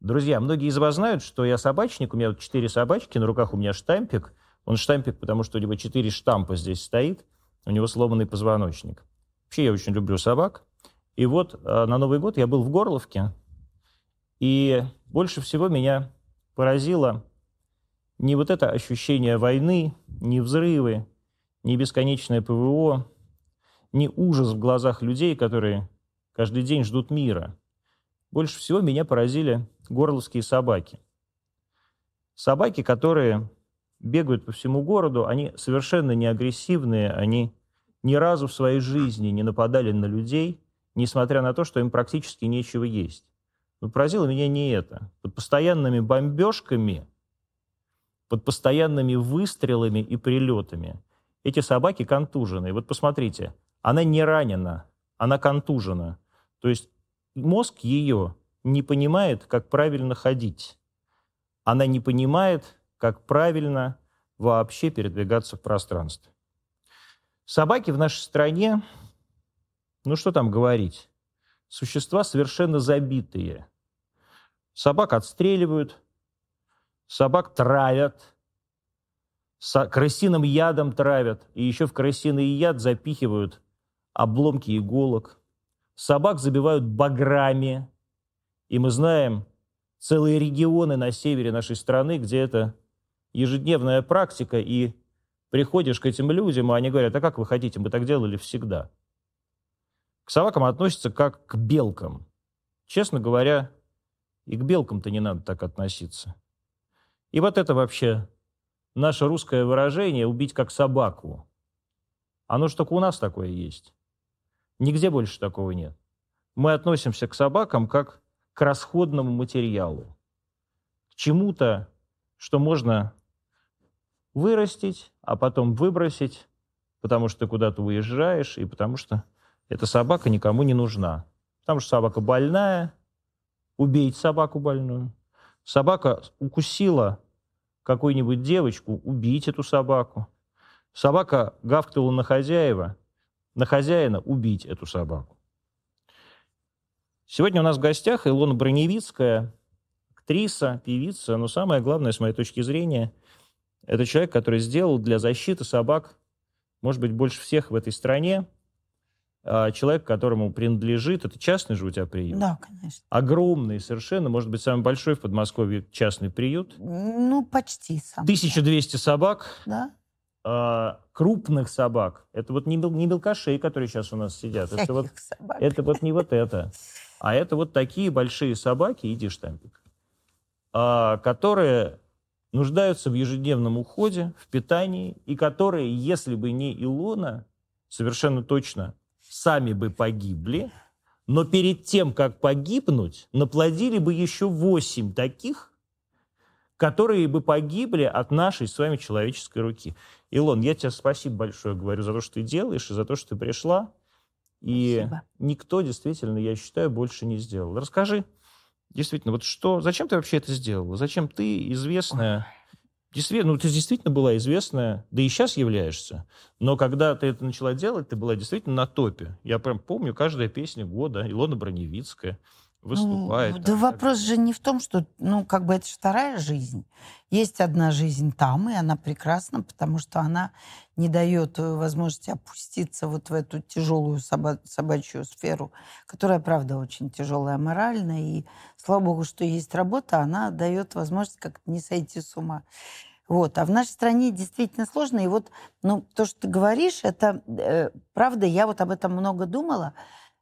Друзья, многие из вас знают, что я собачник. У меня вот 4 собачки, на руках у меня штампик. Он штампик, потому что у него 4 штампа здесь стоит. У него сломанный позвоночник. Вообще я очень люблю собак. И вот на Новый год я был в Горловке. И больше всего меня поразило не вот это ощущение войны, не взрывы, не бесконечное ПВО, не ужас в глазах людей, которые каждый день ждут мира. Больше всего меня поразили горловские собаки. Собаки, которые бегают по всему городу, они совершенно не агрессивные, они ни разу в своей жизни не нападали на людей, несмотря на то, что им практически нечего есть. Но поразило меня не это. Под постоянными бомбежками, под постоянными выстрелами и прилетами эти собаки контужены. И вот посмотрите, она не ранена, она контужена. То есть мозг ее не понимает, как правильно ходить. Она не понимает, как правильно вообще передвигаться в пространстве. Собаки в нашей стране, ну что там говорить, существа совершенно забитые. Собак отстреливают, собак травят, крысиным ядом травят, и еще в крысиный яд запихивают обломки иголок. Собак забивают баграми, и мы знаем целые регионы на севере нашей страны, где это ежедневная практика, и приходишь к этим людям, и они говорят: а как вы хотите, мы так делали всегда. К собакам относятся как к белкам. Честно говоря, и к белкам-то не надо так относиться. И вот это вообще наше русское выражение «убить как собаку». Оно ж только у нас такое есть. Нигде больше такого нет. Мы относимся к собакам как к расходному материалу. К чему-то, что можно вырастить, а потом выбросить, потому что ты куда-то уезжаешь, и потому что эта собака никому не нужна. Потому что собака больная, убить собаку больную. Собака укусила какую-нибудь девочку, убить эту собаку. Собака гавкнула на хозяина, убить эту собаку. Сегодня у нас в гостях Илона Броневицкая, актриса, певица, но самое главное, с моей точки зрения, это человек, который сделал для защиты собак, может быть, больше всех в этой стране, человек, которому принадлежит, это частный же у тебя приют? Да, конечно. Огромный совершенно, может быть, самый большой в Подмосковье частный приют. Ну, почти сам. 1200 собак. Да. Крупных собак. Это вот не мелкашей, которые сейчас у нас сидят. Это вот не вот это. А это вот такие большие собаки, иди штампик, которые нуждаются в ежедневном уходе, в питании, и которые, если бы не Илона, совершенно точно сами бы погибли, но перед тем, как погибнуть, наплодили бы еще 8 таких, которые бы погибли от нашей с вами человеческой руки. Илон, я тебе спасибо большое говорю за то, что ты делаешь, и за то, что ты пришла. И Спасибо. Никто, действительно, я считаю, больше не сделал. Расскажи, действительно, вот зачем ты вообще это сделала? Зачем ты, известная, действительно, ты действительно была известная, да и сейчас являешься, но когда ты это начала делать, ты была действительно на топе. Я прям помню, каждая песня года, Илона Броневицкая выступает. Да вопрос же не в том, что, это же вторая жизнь. Есть одна жизнь там, и она прекрасна, потому что она не дает возможности опуститься вот в эту тяжелую собачью сферу, которая, правда, очень тяжелая морально. И, слава богу, что есть работа, она дает возможность как-то не сойти с ума. Вот. А в нашей стране действительно сложно. И вот то, что ты говоришь, это правда, я вот об этом много думала.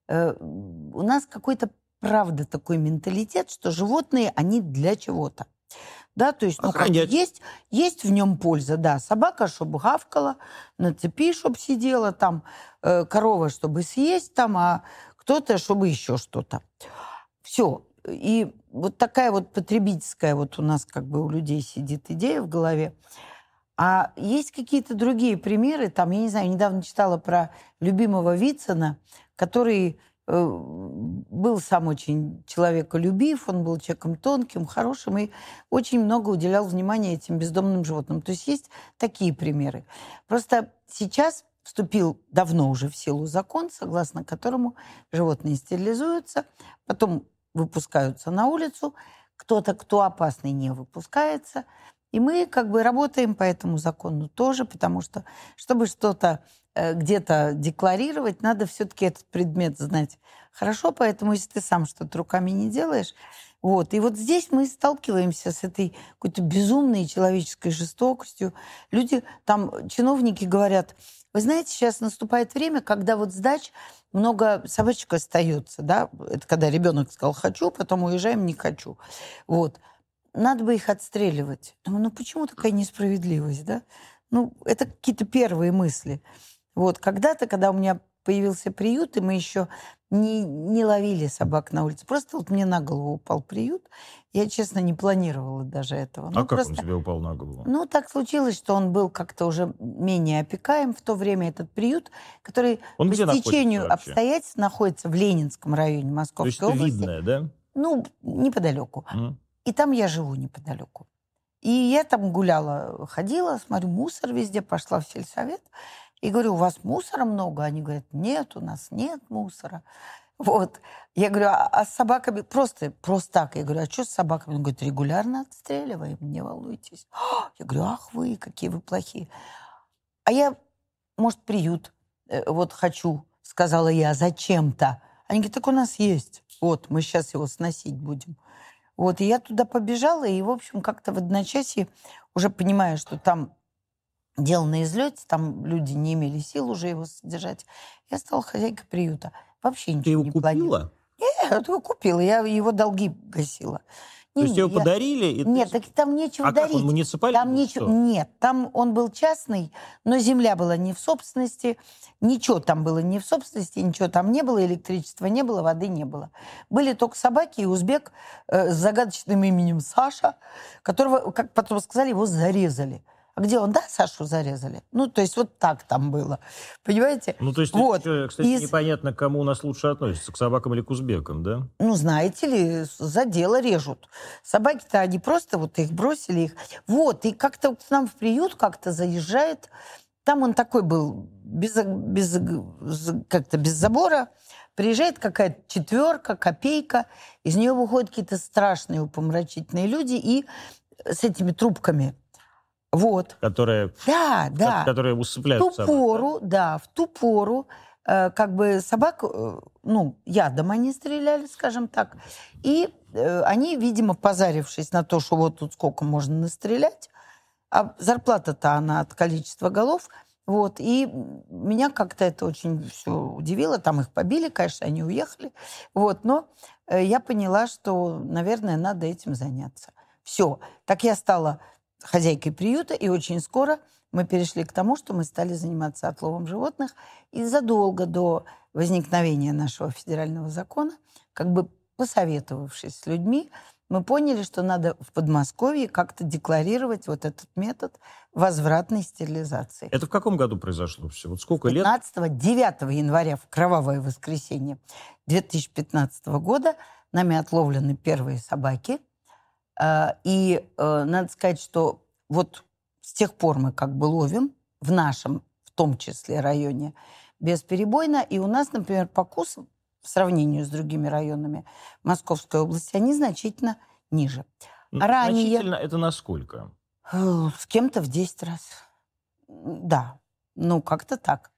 У нас какой-то правда такой менталитет, что животные, они для чего-то. Да, то есть, есть в нем польза, да. Собака, чтобы гавкала, на цепи, чтобы сидела, там, корова, чтобы съесть, там, а кто-то, чтобы еще что-то. Все. И вот такая вот потребительская вот у нас как бы у людей сидит идея в голове. А есть какие-то другие примеры, там, я не знаю, недавно читала про любимого Вицина, который был сам очень человеколюбив, он был человеком тонким, хорошим и очень много уделял внимания этим бездомным животным. То есть есть такие примеры. Просто сейчас вступил давно уже в силу закон, согласно которому животные стерилизуются, потом выпускаются на улицу, кто-то, кто опасный, не выпускается. И мы как бы работаем по этому закону тоже, потому что, чтобы что-то где-то декларировать, надо все-таки этот предмет знать хорошо. Поэтому если ты сам что-то руками не делаешь... Вот. И вот здесь мы сталкиваемся с этой какой-то безумной человеческой жестокостью. Люди, там, чиновники говорят, вы знаете, сейчас наступает время, когда вот с дач много собачек остается, да, это когда ребенок сказал «хочу», потом уезжаем «не хочу». Вот. Надо бы их отстреливать. Думаю, ну почему такая несправедливость, да? Ну, это какие-то первые мысли. Вот. Когда-то, когда у меня появился приют, и мы еще не ловили собак на улице. Просто вот мне на голову упал приют. Я, честно, не планировала даже этого. А как он тебе упал на голову? Ну, так случилось, что он был как-то уже менее опекаем в то время, этот приют, который Он по где стечению находится обстоятельств находится в Ленинском районе Московской области. Видное, да? Ну, неподалеку. И там я живу неподалеку. И я там гуляла, ходила, смотрю, мусор везде, пошла в сельсовет. И говорю, у вас мусора много? Они говорят, нет, у нас нет мусора. Вот. Я говорю, а с собаками? Просто так. Я говорю, а что с собаками? Он говорит, регулярно отстреливаем, не волнуйтесь. Я говорю, ах вы, какие вы плохие. А я, может, приют вот хочу, сказала я, зачем-то. Они говорят, так у нас есть. Вот, мы сейчас его сносить будем. Вот, и я туда побежала, и, в общем, как-то в одночасье, уже понимая, что там дело на излете, там люди не имели сил уже его содержать, я стала хозяйкой приюта. Вообще ничего не планировала. Нет, его купила, я его долги гасила. То есть его подарили? Нет, так там нечего дарить. Как он муниципальный? Там нечего... Нет, там он был частный, но земля была не в собственности, ничего там было не в собственности, ничего там не было, электричества не было, воды не было. Были только собаки и узбек с загадочным именем Саша, которого, как потом сказали, его зарезали. А где он? Да, Сашу зарезали. Ну, то есть вот так там было. Понимаете? Ну, то есть, вот. кстати, непонятно, к кому у нас лучше относится, к собакам или к узбекам, да? Ну, знаете ли, за дело режут. Собаки-то, они просто вот их бросили. Их. Вот, и как-то к нам в приют как-то заезжает. Там он такой был, как-то без забора. Приезжает какая-то 4, копейка. Из нее выходят какие-то страшные, упомрачительные люди и с этими трубками. Вот. Которые усыпляют собак. В ту пору как бы собак, ну, ядом они стреляли, скажем так. И они, видимо, позарившись на то, что вот тут сколько можно настрелять, а зарплата-то она от количества голов, вот, и меня как-то это очень все удивило. Там их побили, конечно, они уехали. Вот, но я поняла, что, наверное, надо этим заняться. Все. Так я стала хозяйкой приюта, и очень скоро мы перешли к тому, что мы стали заниматься отловом животных. И задолго до возникновения нашего федерального закона, как бы посоветовавшись с людьми, мы поняли, что надо в Подмосковье как-то декларировать вот этот метод возвратной стерилизации. Это в каком году произошло все? Вот сколько лет? 9 января, в кровавое воскресенье 2015 года, нами отловлены первые собаки. И надо сказать, что вот с тех пор мы как бы ловим в нашем, в том числе, районе бесперебойно. И у нас, например, покусы в сравнении с другими районами Московской области, они значительно ниже. Значительно это насколько? С кем-то в 10 раз. Да, ну как-то так.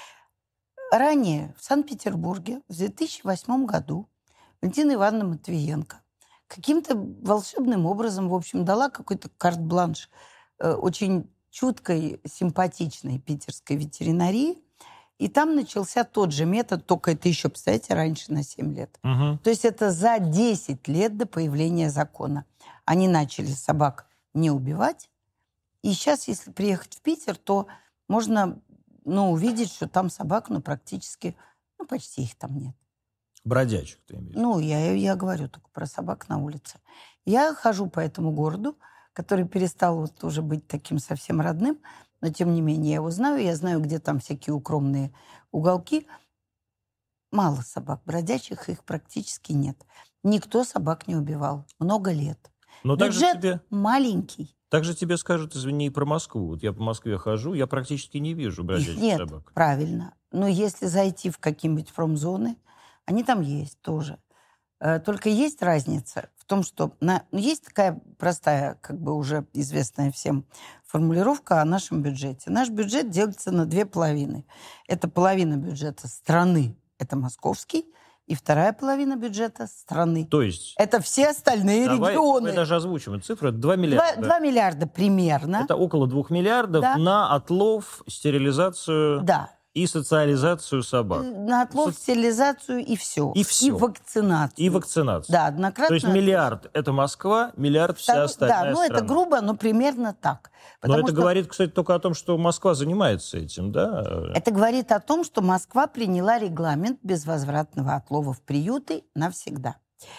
Ранее в Санкт-Петербурге в 2008 году Валентина Ивановна Матвиенко каким-то волшебным образом, в общем, дала какой-то карт-бланш очень чуткой, симпатичной питерской ветеринарии. И там начался тот же метод, только это еще, представляете, раньше на 7 лет. Угу. То есть это за 10 лет до появления закона. Они начали собак не убивать. И сейчас, если приехать в Питер, то можно увидеть, что там собак практически, почти их там нет. Бродячих, ты имеешь в виду? Я говорю только про собак на улице. Я хожу по этому городу, который перестал вот уже быть таким совсем родным, но тем не менее я его знаю. Я знаю, где там всякие укромные уголки. Мало собак бродячих, их практически нет. Никто собак не убивал. Много лет. Но бюджет маленький. Также тебе скажут, извини, и про Москву. Вот я по Москве хожу, я практически не вижу бродячих собак. Нет, правильно. Но если зайти в какие-нибудь промзоны, они там есть тоже. Только есть разница в том, что есть такая простая, как бы уже известная всем формулировка о нашем бюджете. Наш бюджет делится на две половины. Это половина бюджета страны, это московский, и вторая половина бюджета страны. То есть... Это все остальные регионы. Мы даже озвучим эту цифру. Это 2 миллиарда. 2 миллиарда примерно. Это около 2 миллиардов на отлов, стерилизацию и социализацию собак. На отлов, стерилизацию и все. И все. И вакцинацию. И вакцинацию. Да, однократно. То есть миллиард – это Москва, миллиард – вся остальная страна. Да, это грубо, но примерно так. Но это говорит, кстати, только о том, что Москва занимается этим, да? Это говорит о том, что Москва приняла регламент безвозвратного отлова в приюты навсегда.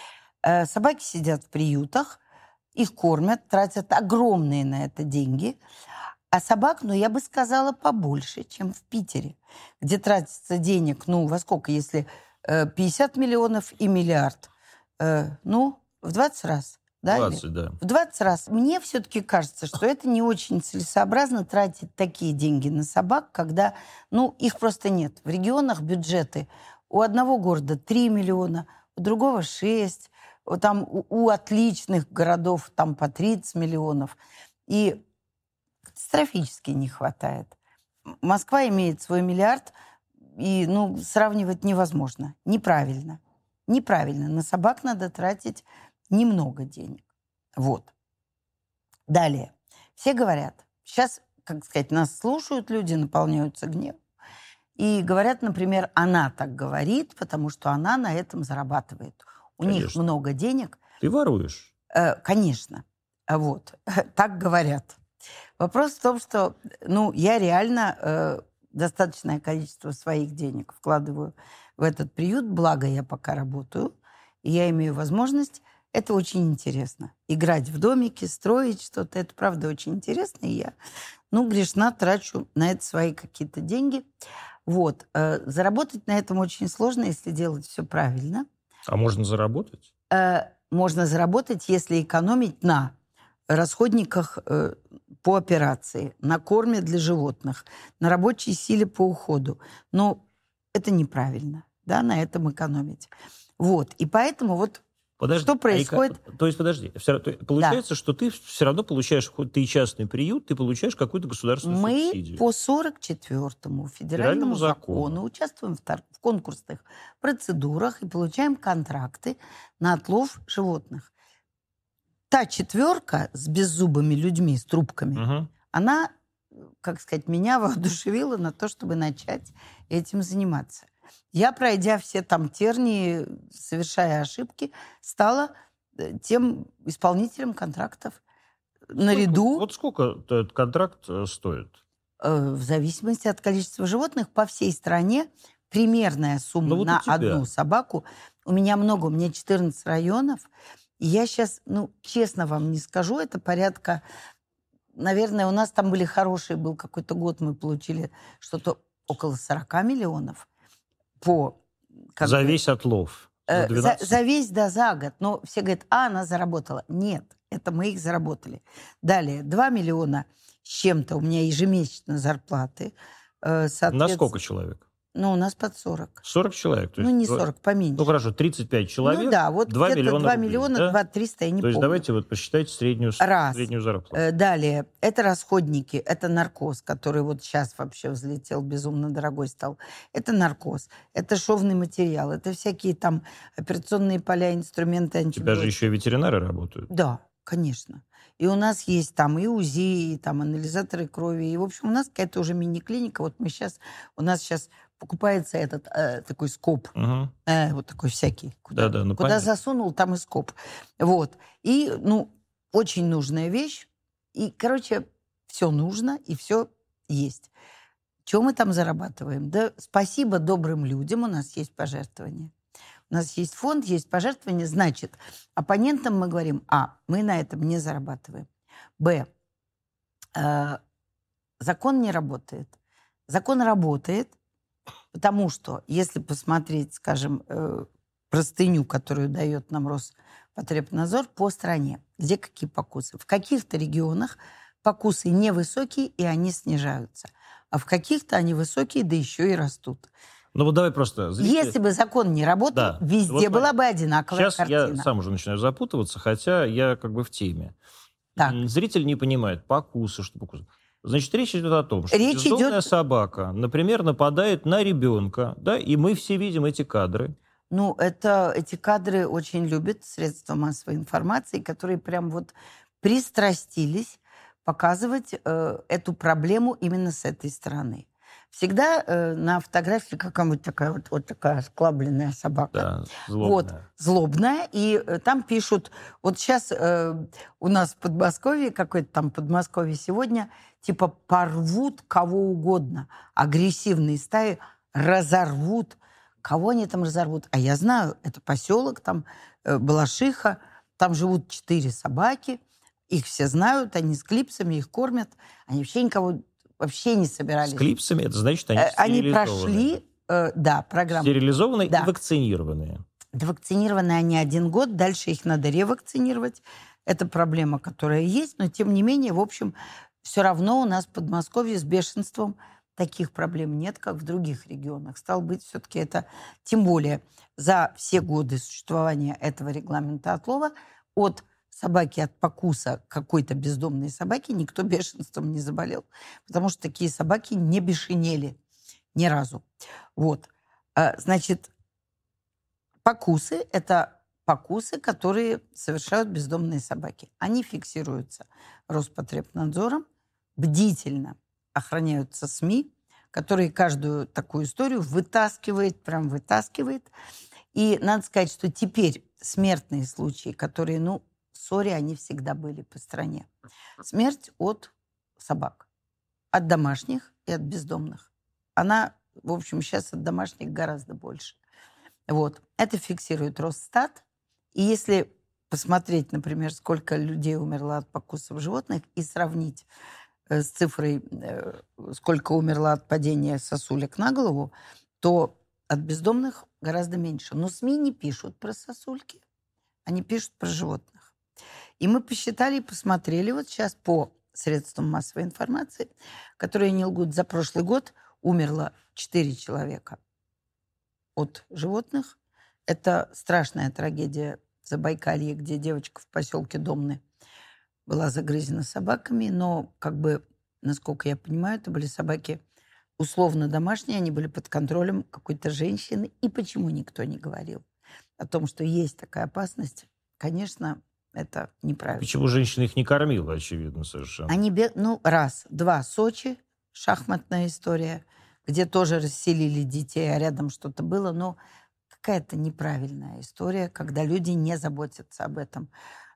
Собаки сидят в приютах, их кормят, тратят огромные на это деньги. А собак, я бы сказала, побольше, чем в Питере, где тратится денег, во сколько, если 50 миллионов и миллиард? В 20 раз. Да, 20, да. В 20 раз. Мне все-таки кажется, что это не очень целесообразно тратить такие деньги на собак, когда, их просто нет. В регионах бюджеты у одного города 3 миллиона, у другого 6, там у отличных городов там по 30 миллионов. И катастрофически не хватает. Москва имеет свой миллиард, и сравнивать невозможно. Неправильно. Неправильно. На собак надо тратить немного денег. Вот. Далее. Все говорят, сейчас, нас слушают люди, наполняются гневом, и говорят, например, она так говорит, потому что она на этом зарабатывает. У них много денег. Ты воруешь. Конечно. Вот. Так говорят. Вопрос в том, что, я реально достаточное количество своих денег вкладываю в этот приют, благо я пока работаю, и я имею возможность. Это очень интересно. Играть в домике, строить что-то, это правда очень интересно, и я, грешна, трачу на это свои какие-то деньги. Вот. Заработать на этом очень сложно, если делать все правильно. А можно заработать? Можно заработать, если экономить на расходниках по операции, на корме для животных, на рабочей силе по уходу. Но это неправильно, на этом экономить. Вот. И поэтому Подожди, что происходит? Подожди. Получается, что ты все равно получаешь, хоть ты и частный приют, ты получаешь какую-то государственную субсидию. Мы по 44-му федеральному закону участвуем в конкурсных процедурах и получаем контракты на отлов животных. Та четверка с беззубыми людьми, с трубками, она, меня воодушевила на то, чтобы начать этим заниматься. Я, пройдя все там тернии, совершая ошибки, стала тем исполнителем контрактов. Наряду... Вот сколько этот контракт стоит? В зависимости от количества животных по всей стране примерная сумма на одну собаку. У меня много, у меня 14 районов. И я сейчас, честно вам не скажу, это порядка... Наверное, у нас там были хорошие, был какой-то год, мы получили что-то около 40 миллионов. За весь отлов? За весь, за год. Но все говорят, она заработала. Нет, это мы их заработали. Далее, 2 миллиона с чем-то у меня ежемесячно зарплаты. На сколько человек? У нас под 40. 40 человек? То есть не 40, поменьше. Хорошо, 35 человек, 2 миллиона 2 рублей, миллиона, да? 2 300, я не помню. То есть давайте посчитайте среднюю зарплату. Далее, это расходники, это наркоз, который сейчас вообще взлетел, безумно дорогой стал. Это наркоз, это шовный материал, это всякие там операционные поля, инструменты, антибиотики. У тебя же еще и ветеринары работают. Да, конечно. И у нас есть там и УЗИ, и там анализаторы крови. И, в общем, у нас какая-то уже мини-клиника. У нас сейчас покупается этот такой скоб. Вот такой всякий. Куда засунул, там и скоб. Вот. И, очень нужная вещь. И, все нужно, и все есть. Что мы там зарабатываем? Да спасибо добрым людям, у нас есть пожертвования. У нас есть фонд, есть пожертвования. Значит, оппонентам мы говорим, мы на этом не зарабатываем. Закон не работает. Закон работает, потому что, если посмотреть, скажем, простыню, которую дает нам Роспотребнадзор по стране, где какие покусы. В каких-то регионах покусы невысокие, и они снижаются. А в каких-то они высокие, да еще и растут. Ну вот давай просто... Если бы закон не работал, Да. везде Вот была бы одинаковая сейчас картина. я сам уже начинаю запутываться, хотя я как бы в теме. Так. Зритель не понимает, покусы, что покусы. Значит, речь идет о том, что Речь бездомная идет- собака, например, нападает на ребенка, да, и мы все видим эти кадры. Ну, эти кадры очень любят средства массовой информации, которые прям вот пристрастились показывать эту проблему именно с этой стороны. Всегда на фотографии какая-нибудь такая вот такая осклабленная собака. Да, злобная. Вот, злобная. И там пишут, вот сейчас у нас в Подмосковье, какое-то там Подмосковье сегодня, типа порвут кого угодно. Агрессивные стаи разорвут. Кого они там разорвут? А я знаю, это поселок, там Балашиха, там живут 4 собаки, их все знают, они с клипсами, их кормят. Они вообще никого вообще не собирались. С клипсами, это значит, они Они стерилизованные. прошли, программу. Стерилизованные Да. и вакцинированные. Вакцинированы они 1 год, дальше их надо ревакцинировать. Это проблема, которая есть, но тем не менее, в общем, все равно у нас в Подмосковье с бешенством таких проблем нет, как в других регионах. Стало быть, все-таки это, тем более, за все годы существования этого регламента отлова от собаки, от покуса какой-то бездомной собаки никто бешенством не заболел, потому что такие собаки не бешенели ни разу. Вот. Значит, покусы – это покусы, которые совершают бездомные собаки. Они фиксируются Роспотребнадзором, бдительно охраняются СМИ, которые каждую такую историю вытаскивает. И надо сказать, что теперь смертные случаи, которые, сори, они всегда были по стране. Смерть от собак. От домашних и от бездомных. Она, в общем, сейчас от домашних гораздо больше. Вот. Это фиксирует Росстат. И если посмотреть, например, сколько людей умерло от покусов животных и сравнить с цифрой, сколько умерло от падения сосулек на голову, то от бездомных гораздо меньше. Но СМИ не пишут про сосульки, они пишут про животных. И мы посчитали и посмотрели, вот сейчас по средствам массовой информации, которые не лгут, за прошлый год умерло 4 человека от животных. Это страшная трагедия в Забайкалье, где девочка в поселке Домны была загрызена собаками, но, насколько я понимаю, это были собаки условно домашние, они были под контролем какой-то женщины. И почему никто не говорил о том, что есть такая опасность? Конечно, это неправильно. Почему женщина их не кормила, очевидно, совершенно. Они, раз, два, Сочи, шахматная история, где тоже расселили детей, а рядом что-то было, но какая-то неправильная история, когда люди не заботятся об этом.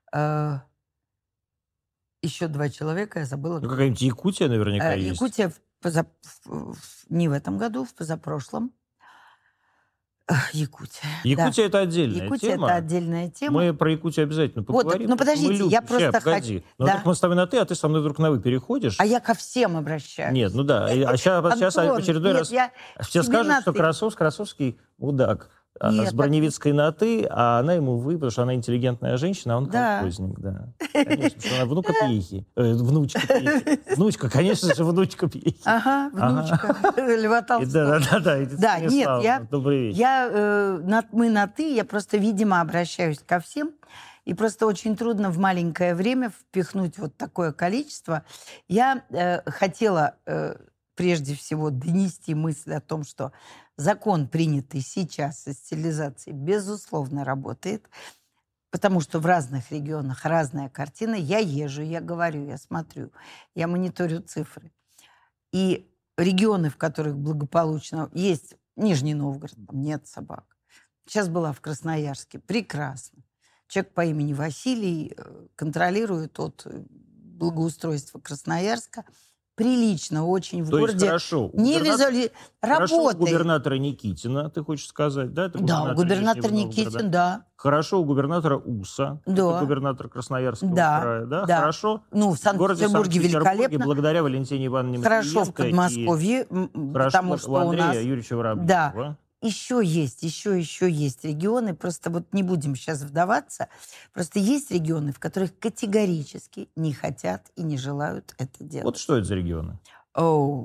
Еще 2 человека, я забыла. Какая-нибудь Якутия наверняка есть. Якутия не в этом году, в позапрошлом. Якутия. Якутия это отдельная Якутия тема. это отдельная тема. Мы про Якутию обязательно поговорим. Вот, подождите, мы я просто погоди. хочу... Ну, Да. так мы с тобой на «ты», а ты со мной вдруг на «вы» переходишь. А я ко всем обращаюсь. Нет, А сейчас в Антон, очередной нет, раз я все тебе скажут, на что «ты». Красовский мудак. Нет, С Броневицкой на «ты», а она ему «вы», потому что она интеллигентная женщина, а он Да. колхозник, да. Конечно, потому что она внука Пьехи. Внучка Пьехи. Внучка, конечно же, внучка Пьехи. Ага, внучка Льва Толстого. Да, нет, добрый вечер. мы на «ты», я просто, видимо, обращаюсь ко всем, и просто очень трудно в маленькое время впихнуть вот такое количество. Я хотела прежде всего донести мысль о том, что закон, принятый сейчас о стерилизации, безусловно, работает, потому что в разных регионах разная картина. Я езжу, я говорю, я смотрю, я мониторю цифры. И регионы, в которых благополучно есть Нижний Новгород, там нет собак. Сейчас была в Красноярске. Прекрасно. Человек по имени Василий контролирует от благоустройства Красноярска. Прилично очень в То есть городе. хорошо. Работает. Хорошо у губернатора Никитина, ты хочешь сказать, да? Это Да, губернатор Нижнего Никитин, Новгорода. да. Хорошо у губернатора Уса, Да. это губернатор Красноярского Да, края, да? да. Хорошо. Ну, в городе Санкт-Петербурге великолепно. благодаря Валентине Ивановне Хорошо в Матвиенко Подмосковье, и потому хорошо что у Андрея у нас... Юрьевича Воробьева. Да. Еще есть регионы, просто вот не будем сейчас вдаваться, просто есть регионы, в которых категорически не хотят и не желают это делать. Вот что это за регионы?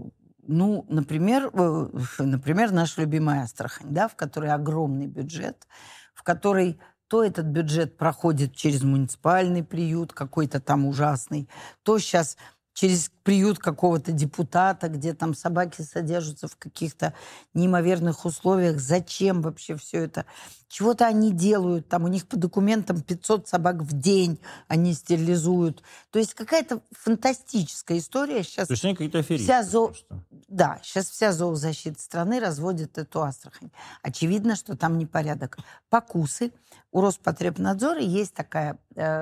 например, наша любимая Астрахань, да, в которой огромный бюджет, в которой то этот бюджет проходит через муниципальный приют, какой-то там ужасный, то сейчас через приют какого-то депутата, где там собаки содержатся в каких-то неимоверных условиях. Зачем вообще все это? Чего-то они делают, там у них по документам 500 собак в день они стерилизуют. То есть какая-то фантастическая история. Сейчас То есть они какие-то аферисты. Да, сейчас вся зоозащита страны разводит эту Астрахань. Очевидно, что там непорядок. Покусы. У Роспотребнадзора есть такая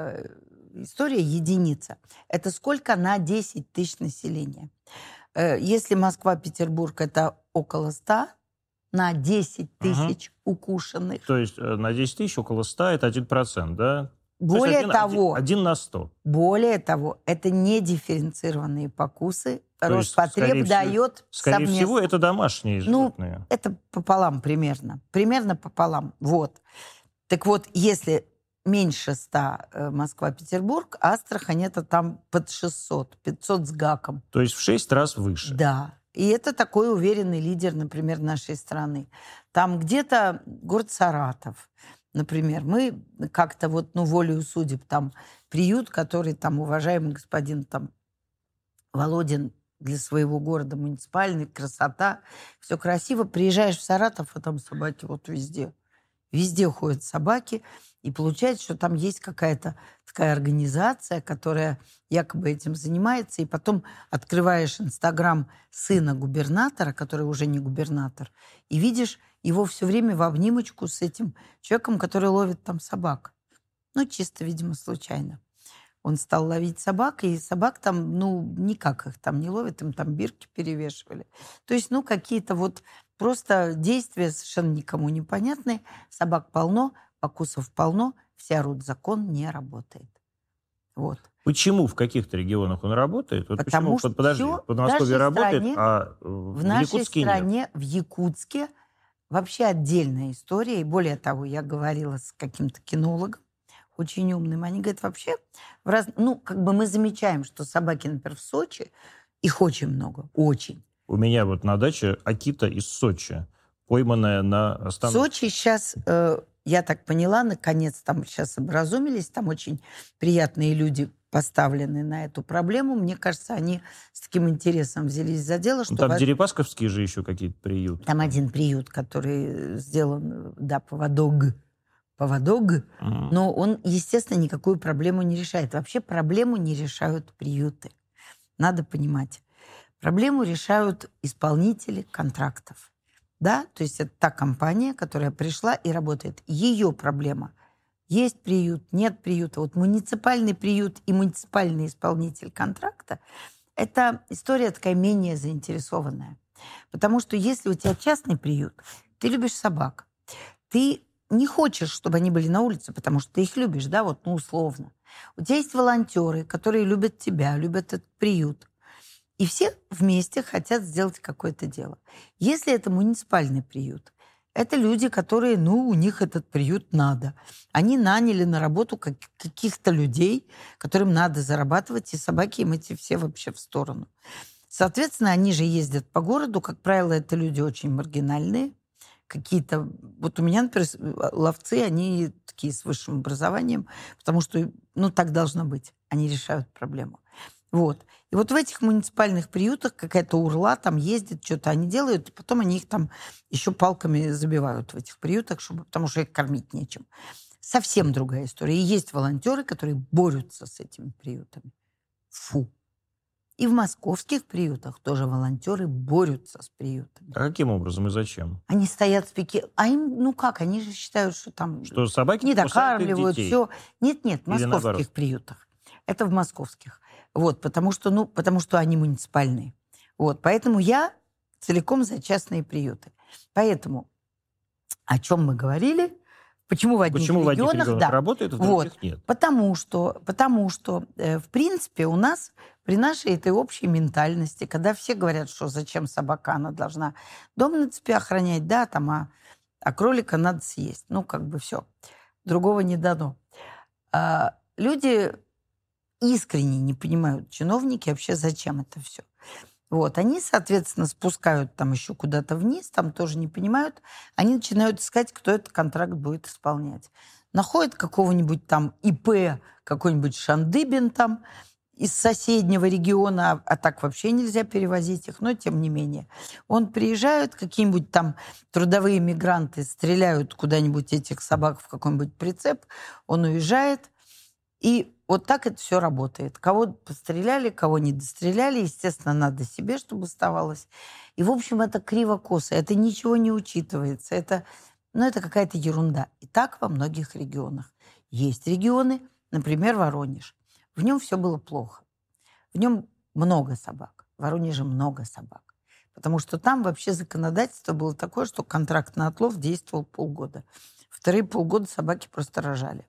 история единица. Это сколько на 10 тысяч населения. Если Москва, Петербург, это около 100 на 10 тысяч укушенных. То есть на 10 тысяч около 100 это 1%, да? Более того... 1 на 100. Более того, это не дифференцированные покусы. То Роспотреб дает скорее совместно. всего, это домашние животные. Это пополам примерно. Примерно пополам. Вот. Так вот, если меньше 100 Москва-Петербург, Астрахань это там под 600, 500 с гаком. То есть в 6 раз выше. Да. И это такой уверенный лидер, например, нашей страны. Там где-то город Саратов, например. Мы как-то волею судеб, там приют, который там уважаемый господин там Володин для своего города муниципальный, красота, все красиво. Приезжаешь в Саратов, а там собаки везде. Везде ходят собаки, и получается, что там есть какая-то такая организация, которая якобы этим занимается, и потом открываешь Инстаграм сына губернатора, который уже не губернатор, и видишь его все время в обнимочку с этим человеком, который ловит там собак. Чисто, видимо, случайно. Он стал ловить собак, и собак там, никак их там не ловят, им там бирки перевешивали. То есть, какие-то просто действия совершенно никому непонятные. Собак полно, покусов полно, все орут, закон не работает. Вот. Почему в каких-то регионах он работает? Потому что в Подмосковье работает, а в нашей Якутске стране, нет? в Якутске вообще отдельная история. И более того, я говорила с каким-то кинологом, очень умным. Они говорят, вообще, мы замечаем, что собаки, например, в Сочи, их очень много, очень. У меня на даче Акита из Сочи, пойманная на остановке. В Сочи сейчас, я так поняла, наконец там сейчас образумились, там очень приятные люди поставлены на эту проблему. Мне кажется, они с таким интересом взялись за дело, что... Там Дерипасковские же еще какие-то приюты. Там один приют, который сделан, поводок, но он, естественно, никакую проблему не решает. Вообще проблему не решают приюты. Надо понимать. Проблему решают исполнители контрактов. Да? То есть это та компания, которая пришла и работает. Ее проблема. Есть приют, нет приюта. Муниципальный приют и муниципальный исполнитель контракта – это история такая менее заинтересованная. Потому что если у тебя частный приют, ты любишь собак, ты не хочешь, чтобы они были на улице, потому что ты их любишь, да, условно. У тебя есть волонтеры, которые любят тебя, любят этот приют. И все вместе хотят сделать какое-то дело. Если это муниципальный приют, это люди, которые, у них этот приют надо. Они наняли на работу каких-то людей, которым надо зарабатывать, и собаки им эти все вообще в сторону. Соответственно, они же ездят по городу. Как правило, это люди очень маргинальные. Какие-то... у меня, например, ловцы, они такие с высшим образованием, потому что, так должно быть. Они решают проблему. И в этих муниципальных приютах какая-то урла там ездит, что-то они делают, и потом они их там еще палками забивают в этих приютах, потому что их кормить нечем. Совсем другая история. И есть волонтеры, которые борются с этими приютами. Фу. И в московских приютах тоже волонтеры борются с приютами. А каким образом и зачем? Они стоят в пике. А им, они же считают, что там... Что собаки не докармливают, все. Нет, в московских приютах. Это в московских. Потому что они муниципальные. Поэтому я целиком за частные приюты. Поэтому о чем мы говорили? Почему в одних регионах работает, а в других нет? Потому что, в принципе, у нас при нашей этой общей ментальности, когда все говорят, что зачем собака, она должна дом на цепи охранять, да, а кролика надо съесть. Все. Другого не дано. Люди искренне не понимают, чиновники, вообще зачем это все. Вот, они, соответственно, спускают там еще куда-то вниз, там тоже не понимают. Они начинают искать, кто этот контракт будет исполнять. Находят какого-нибудь там ИП, какой-нибудь Шандыбин там из соседнего региона, а так вообще нельзя перевозить их, но тем не менее. Он приезжает, какие-нибудь там трудовые мигранты стреляют куда-нибудь этих собак в какой-нибудь прицеп, он уезжает, и вот так это все работает. Кого постреляли, кого не достреляли, естественно, надо себе, чтобы оставалось. И, в общем, это криво-косо, это ничего не учитывается, это какая-то ерунда. И так во многих регионах. Есть регионы, например, Воронеж. В нем все было плохо. В нем много собак. В Воронеже много собак. Потому что там вообще законодательство было такое, что контракт на отлов действовал полгода. Вторые полгода собаки просто рожали.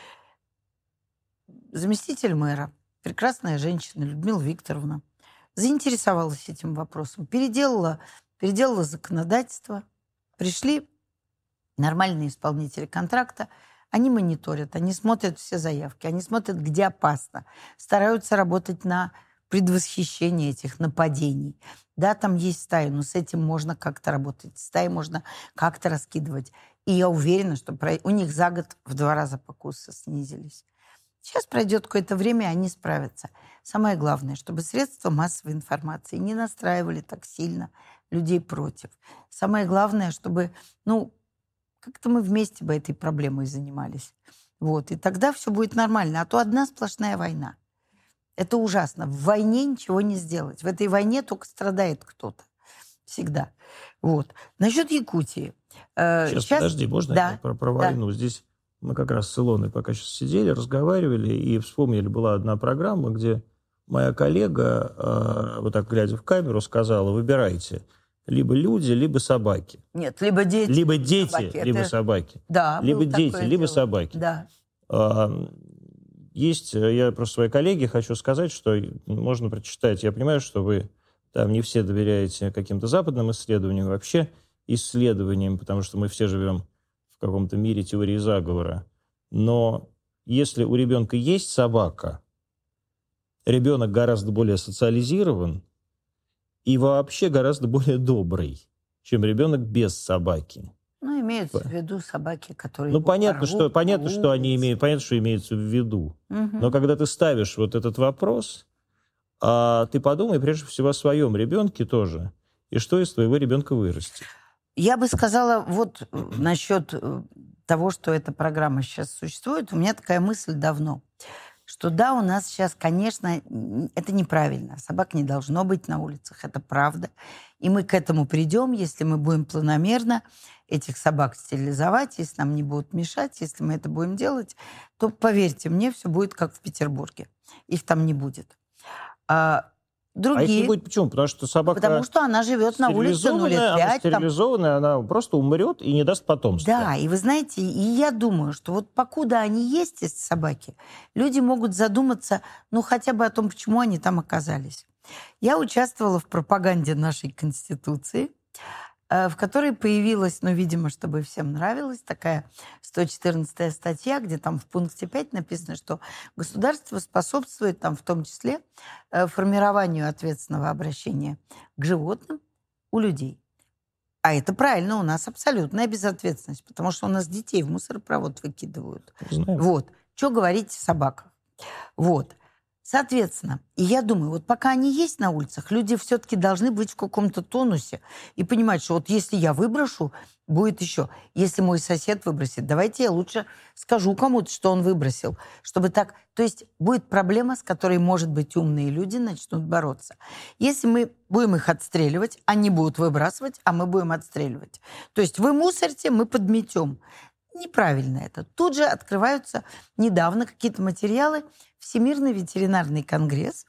Заместитель мэра, прекрасная женщина Людмила Викторовна, заинтересовалась этим вопросом, переделала законодательство. Пришли нормальные исполнители контракта, они мониторят, они смотрят все заявки, они смотрят, где опасно, стараются работать на предвосхищение этих нападений. Да, там есть стаи, но с этим можно как-то работать. Стаи можно как-то раскидывать. И я уверена, что у них за год в 2 раза покусы снизились. Сейчас пройдет какое-то время, и они справятся. Самое главное, чтобы средства массовой информации не настраивали так сильно людей против. Самое главное, чтобы, как-то мы вместе бы этой проблемой занимались. Вот. И тогда все будет нормально. А то одна сплошная война. Это ужасно. В войне ничего не сделать. В этой войне только страдает кто-то. Всегда. Вот. Насчет Якутии. Сейчас, подожди, можно да, я про войну? Да. Здесь мы как раз с Илоной пока сейчас сидели, разговаривали и вспомнили, была одна программа, где моя коллега, вот так глядя в камеру, сказала: выбирайте, либо люди, либо собаки. Нет, либо дети. Либо дети, собаки. либо собаки. Да, либо дети, либо дело. собаки. Да. Есть, я просто своей коллеге хочу сказать, что можно прочитать. Я понимаю, что вы там не все доверяете каким-то западным исследованиям, вообще исследованиям, потому что мы все живем в каком-то мире теории заговора. Но если у ребенка есть собака, ребенок гораздо более социализирован и вообще гораздо более добрый, чем ребенок без собаки. Имеются в виду собаки, которые... понятно, что они имеют, понятно, что имеется в виду. Угу. Но когда ты ставишь вот этот вопрос, ты подумай прежде всего о своем ребенке тоже. И что из твоего ребенка вырастет. Я бы сказала вот насчет того, что эта программа сейчас существует. У меня такая мысль давно, что да, у нас сейчас, конечно, это неправильно. Собак не должно быть на улицах, это правда. И мы к этому придем, если мы будем планомерно этих собак стерилизовать, если нам не будут мешать, если мы это будем делать, то, поверьте мне, все будет как в Петербурге. Их там не будет. Другие... А их не будет почему? Потому что собака... Потому что она живет на улице, лет 5. Она стерилизованная, она просто умрет и не даст потомства. Да, и вы знаете, и я думаю, что вот покуда они есть, эти собаки, люди могут задуматься, хотя бы о том, почему они там оказались. Я участвовала в пропаганде нашей Конституции, в которой появилась, видимо, чтобы всем нравилось, такая 114-я статья, где там в пункте 5 написано, что государство способствует там в том числе формированию ответственного обращения к животным у людей. А это правильно, у нас абсолютная безответственность, потому что у нас детей в мусоропровод выкидывают. Знаю. Вот. Что говорить о собаках? Вот. Соответственно, и я думаю, вот пока они есть на улицах, люди все-таки должны быть в каком-то тонусе и понимать, что вот если я выброшу, будет еще. Если мой сосед выбросит, давайте я лучше скажу кому-то, что он выбросил, чтобы так... То есть будет проблема, с которой, может быть, умные люди начнут бороться. Если мы будем их отстреливать, они будут выбрасывать, а мы будем отстреливать. То есть вы мусорите, мы подметем. Неправильно это. Тут же открываются недавно какие-то материалы, Всемирный ветеринарный конгресс,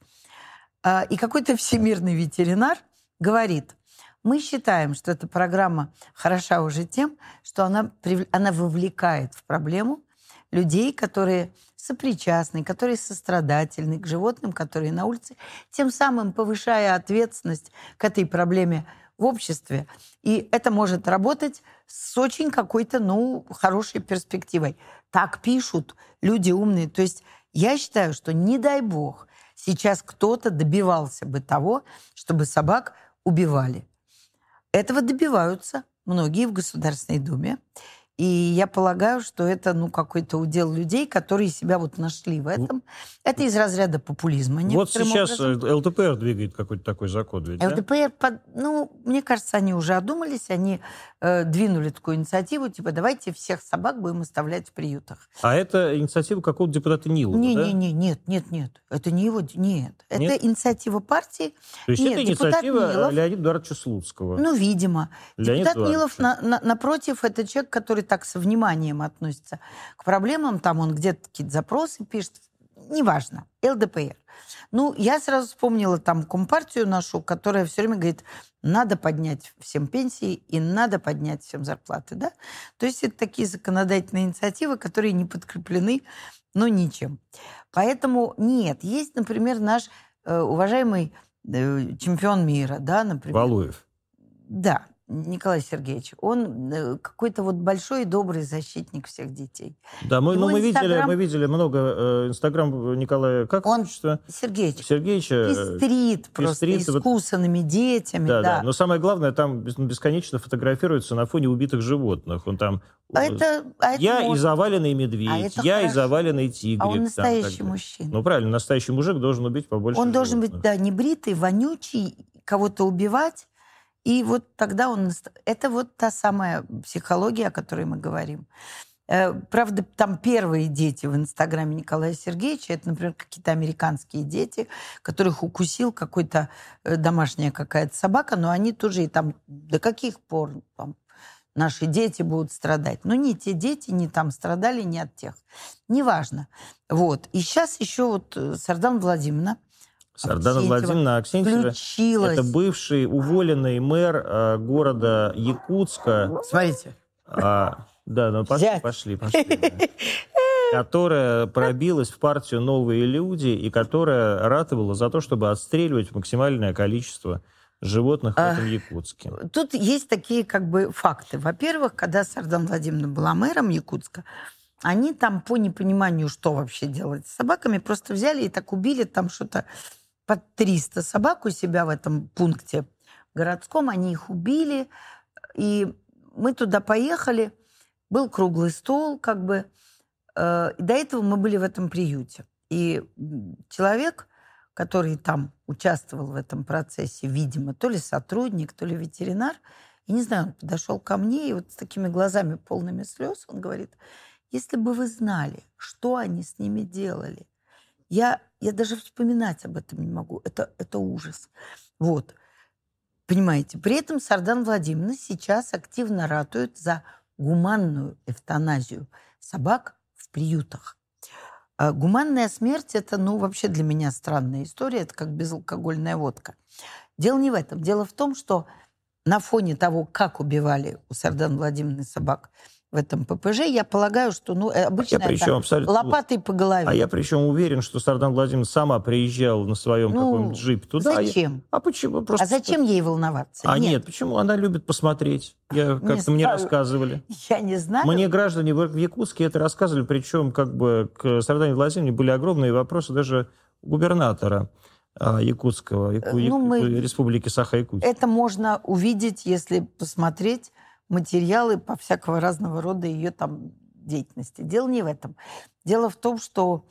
и какой-то всемирный ветеринар говорит: мы считаем, что эта программа хороша уже тем, что она вовлекает в проблему людей, которые сопричастны, которые сострадательны к животным, которые на улице, тем самым повышая ответственность к этой проблеме в обществе. И это может работать с очень какой-то, хорошей перспективой. Так пишут люди умные. То есть я считаю, что, не дай бог, сейчас кто-то добивался бы того, чтобы собак убивали. Этого добиваются многие в Государственной Думе. И я полагаю, что это какой-то удел людей, которые себя вот нашли в этом. Это из разряда популизма. Вот сейчас ЛДПР двигает какой-то такой закон. Ведь, ЛДПР, мне кажется, они уже одумались, они двинули такую инициативу, типа давайте всех собак будем оставлять в приютах. А это инициатива какого-то депутата Нилова, да? Нет. Это не его, нет. Это инициатива партии. То есть это инициатива Леонида Эдуардовича Слуцкого? Ну, видимо. Леонид Депутат Нилов, напротив, это человек, который так со вниманием относится к проблемам. Там он где-то какие-то запросы пишет. Неважно. ЛДПР. Я сразу вспомнила там Компартию нашу, которая все время говорит, надо поднять всем пенсии и надо поднять всем зарплаты. Да? То есть это такие законодательные инициативы, которые не подкреплены, ничем. Поэтому нет. Есть, например, наш уважаемый чемпион мира, да, например. Валуев. Да. Николай Сергеевич, он какой-то большой и добрый защитник всех детей. Да, мы видели много Инстаграм Николая, как он, отчество? Сергеевича пестрит просто искусанными детьми. Да. Но самое главное, там бесконечно фотографируется на фоне убитых животных. Он там... и заваленный медведь, и заваленный тигрик. А он настоящий мужчина. Правильно, настоящий мужик должен убить побольше животных. Он должен быть, небритый, вонючий, кого-то убивать. И тогда это та самая психология, о которой мы говорим. Правда, там первые дети в Инстаграме Николая Сергеевича, это, например, какие-то американские дети, которых укусил какой-то домашняя какая-то собака, но они тоже и там, до каких пор там, наши дети будут страдать. Ни те дети не там страдали, ни от тех. Неважно. И сейчас еще Сардана Владимировна, Аксентьева, это бывший уволенный мэр города Якутска. Смотрите. Пошли. Которая пробилась в партию «Новые люди» и которая ратовала за то, чтобы отстреливать максимальное количество животных в этом Якутске. Тут есть такие факты. Во-первых, когда Сардана Владимировна была мэром Якутска, они там по непониманию, что вообще делать с собаками, просто взяли и так убили там что-то под 300 собак у себя в этом пункте городском. Они их убили. И мы туда поехали. Был круглый стол, до этого мы были в этом приюте. И человек, который там участвовал в этом процессе, видимо, то ли сотрудник, то ли ветеринар, я не знаю, он подошел ко мне и с такими глазами полными слез, он говорит, если бы вы знали, что они с ними делали, я даже вспоминать об этом не могу. Это ужас. Понимаете? При этом Сардана Владимировна сейчас активно ратует за гуманную эвтаназию собак в приютах. Гуманная смерть – это, вообще для меня странная история. Это как безалкогольная водка. Дело не в этом. Дело в том, что на фоне того, как убивали у Сарданы Владимировны собак в этом ППЖ, я полагаю, что обычно это лопатой по голове. А я причем уверен, что Сардана Владимировна сама приезжала на своем каком-нибудь джипе туда. Зачем? Почему? А зачем ей волноваться? Нет, почему? Она любит посмотреть. Как-то мне рассказывали. Я не знаю. Мне граждане в Якутске это рассказывали, причем к Сардане Владимировне были огромные вопросы даже у губернатора Якутского, республики Саха-Якутия. Это можно увидеть, если посмотреть материалы по всякого разного рода ее там деятельности. Дело не в этом. Дело в том, что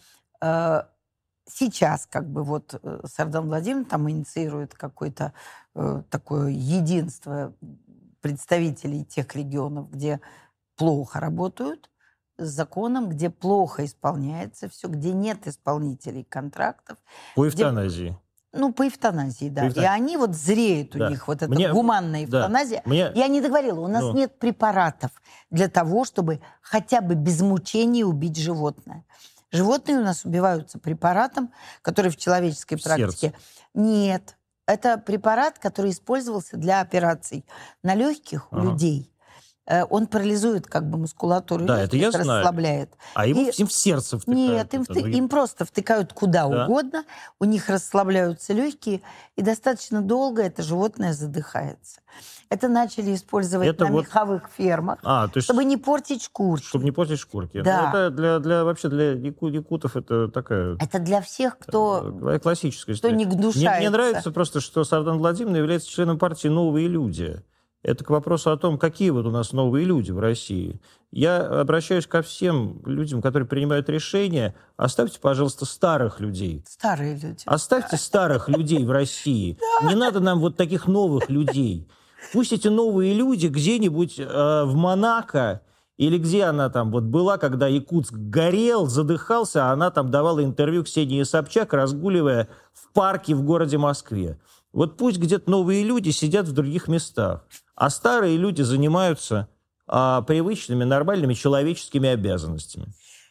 сейчас Сардана Владимировна там инициирует какое-то такое единство представителей тех регионов, где плохо работают с законом, где плохо исполняется все, где нет исполнителей контрактов. По эвтаназии. По эвтаназии, да. И они зреют у них, эта гуманная эвтаназия. Я не договорила, у нас нет препаратов для того, чтобы хотя бы без мучений убить животное. Животные у нас убиваются препаратом, который в человеческой практике... Нет. Это препарат, который использовался для операций на легких у людей. Он парализует как бы мускулатуру Да, это легких, я знаю. расслабляет. А им в сердце втыкают. Нет, им просто втыкают куда Да. угодно, у них расслабляются легкие, и достаточно долго это животное задыхается. Это начали использовать на меховых фермах, то есть, чтобы не портить шкурки. Чтобы не портить шкурки. Да. Ну, это вообще для якутов это такая... Это для всех, кто... Классическая история. Кто не гнушается. Мне нравится просто, что Сардан Владимировна является членом партии «Новые люди». Это к вопросу о том, какие вот у нас новые люди в России. Я обращаюсь ко всем людям, которые принимают решения. Оставьте, пожалуйста, старых людей. Старые люди. Оставьте старых людей в России. Не надо нам вот таких новых людей. Пусть эти новые люди где-нибудь в Монако или где она там вот была, когда Якутск горел, задыхался, а она там давала интервью Ксении Собчак, разгуливая в парке в городе Москве. Вот пусть где-то новые люди сидят в других местах, а старые люди занимаются привычными, нормальными человеческими обязанностями.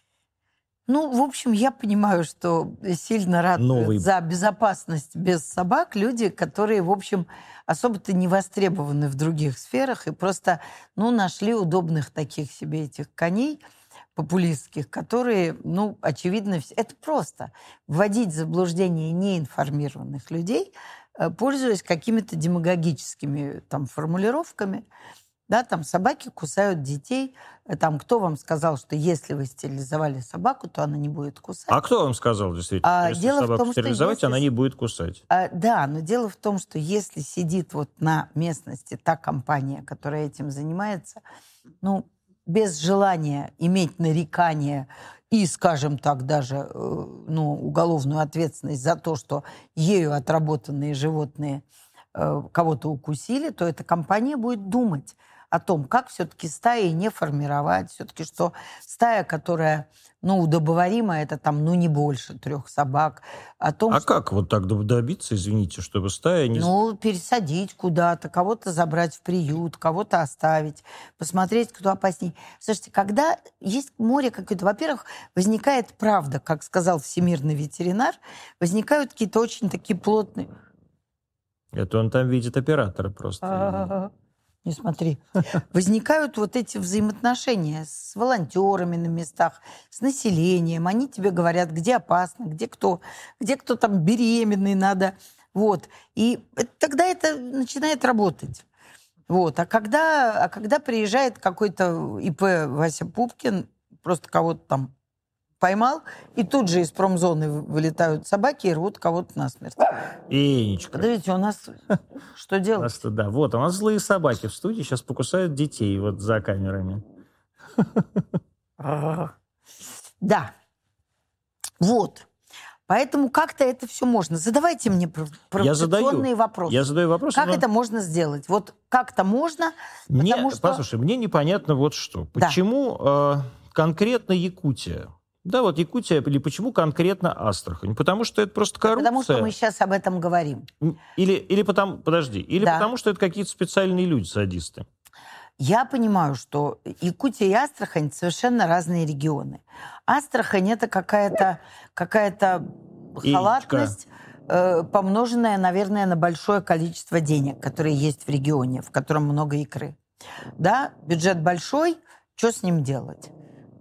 Ну, в общем, я понимаю, что сильно ратуют за безопасность без собак люди, которые, в общем, особо-то не востребованы в других сферах и просто, нашли удобных таких себе этих коней популистских, которые, очевидно, это просто вводить в заблуждение неинформированных людей, пользуясь какими-то демагогическими формулировками. Да, собаки кусают детей. Кто вам сказал, что если вы стерилизовали собаку, то она не будет кусать? А кто вам сказал, действительно, если собаку стерилизовать, она не будет кусать? Да, но дело в том, что если сидит вот на местности та компания, которая этим занимается, без желания иметь нарекания и, скажем так, даже уголовную ответственность за то, что ею отработанные животные кого-то укусили, то эта компания будет думать о том, как все-таки стаи не формировать, все-таки что стая, которая, удобоварима, это не больше 3 собак. Как вот так добиться, извините, чтобы стая не... пересадить куда-то, кого-то забрать в приют, кого-то оставить, посмотреть, кто опасней. Слушайте, когда есть море какое-то, во-первых, возникает правда, как сказал всемирный ветеринар, возникают какие-то очень такие плотные... Это он там видит оператора просто. Не смотри. Возникают вот эти взаимоотношения с волонтерами на местах, с населением. Они тебе говорят, где опасно, где кто там беременный надо. Вот. И тогда это начинает работать. Вот. А когда приезжает какой-то ИП Вася Пупкин, просто кого-то там поймал, и тут же из промзоны вылетают собаки и рвут кого-то насмерть. Энечка. Подождите, у нас что делать? Да, вот, у нас злые собаки в студии сейчас покусают детей вот за камерами. Да. Вот. Поэтому как-то это все можно. Задавайте мне провокационные вопросы. Я задаю вопросы. Как это можно сделать? Вот как-то можно, потому что... Послушай, мне непонятно вот что. Почему конкретно Якутия? Да, вот Якутия, или почему конкретно Астрахань? Потому что это просто коррупция. Потому что мы сейчас об этом говорим. Или потому что это какие-то специальные люди, садисты. Я понимаю, что Якутия и Астрахань совершенно разные регионы. Астрахань — это какая-то халатность, помноженная, наверное, на большое количество денег, которые есть в регионе, в котором много икры. Да, бюджет большой, что с ним делать?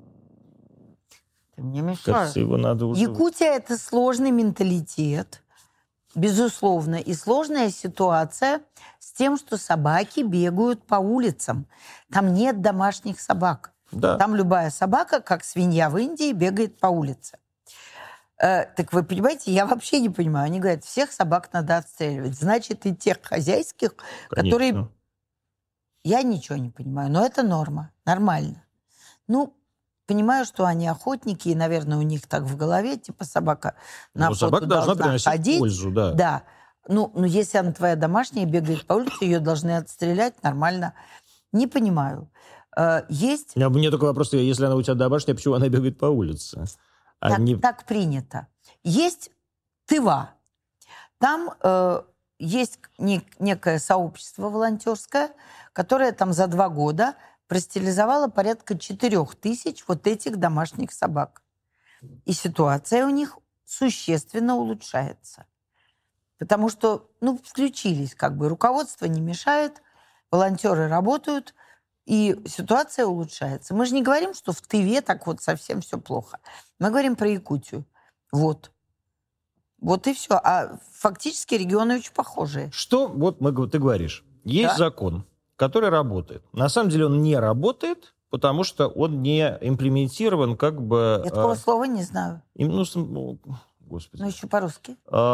Мне мешает. Его надо уже... Якутия — это сложный менталитет, безусловно, и сложная ситуация с тем, что собаки бегают по улицам. Там нет домашних собак. Да. Там любая собака, как свинья в Индии, бегает по улице. Так вы понимаете, я вообще не понимаю. Они говорят, всех собак надо отстреливать. Значит, и тех хозяйских, которые... Я ничего не понимаю, но это норма, нормально. Понимаю, что они охотники, и, наверное, у них так в голове, типа собака на охоту собака должна приносить ходить. Пользу, да. Да. Но если она твоя домашняя, бегает по улице, ее должны отстрелять нормально. Не понимаю. Есть... У меня такой вопрос, если она у тебя домашняя, почему она бегает по улице? Так принято. Есть Тыва. Там есть некое сообщество волонтерское, которое там за 2 года простерилизовало порядка 4000 вот этих домашних собак. И ситуация у них существенно улучшается. Потому что, включились руководство не мешает, волонтеры работают, И ситуация улучшается. Мы же не говорим, что в Тыве так вот совсем все плохо. Мы говорим про Якутию. Вот. Вот и все. А фактически регионы очень похожие. Что, вот ты говоришь, есть закон, который работает. На самом деле он не работает, потому что он не имплементирован как бы... Я такого слова не знаю. Господи. Ну, еще по-русски.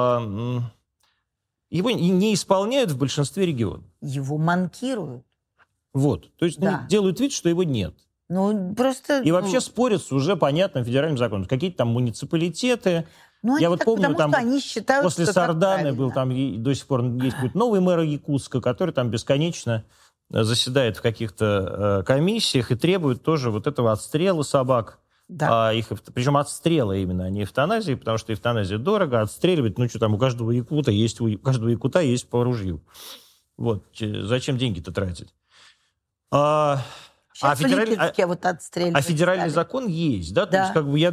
Его не исполняют в большинстве регионов. Его манкируют. Вот. То есть делают вид, что его нет. Ну, просто... И вообще спорят с уже понятным федеральным законом. Какие-то там муниципалитеты... Ну, я вот помню, там они считают, после Сарданы был там до сих пор есть какой-то новый мэр Якутска, который там бесконечно заседает в каких-то комиссиях и требует тоже вот этого отстрела собак. Да. Причем отстрела именно, а не эвтаназии, потому что эвтаназия дорого, отстреливать, ну что там, у каждого якута есть по ружью. Вот, зачем деньги-то тратить? Сейчас федеральный закон есть, да? Да. То есть, как бы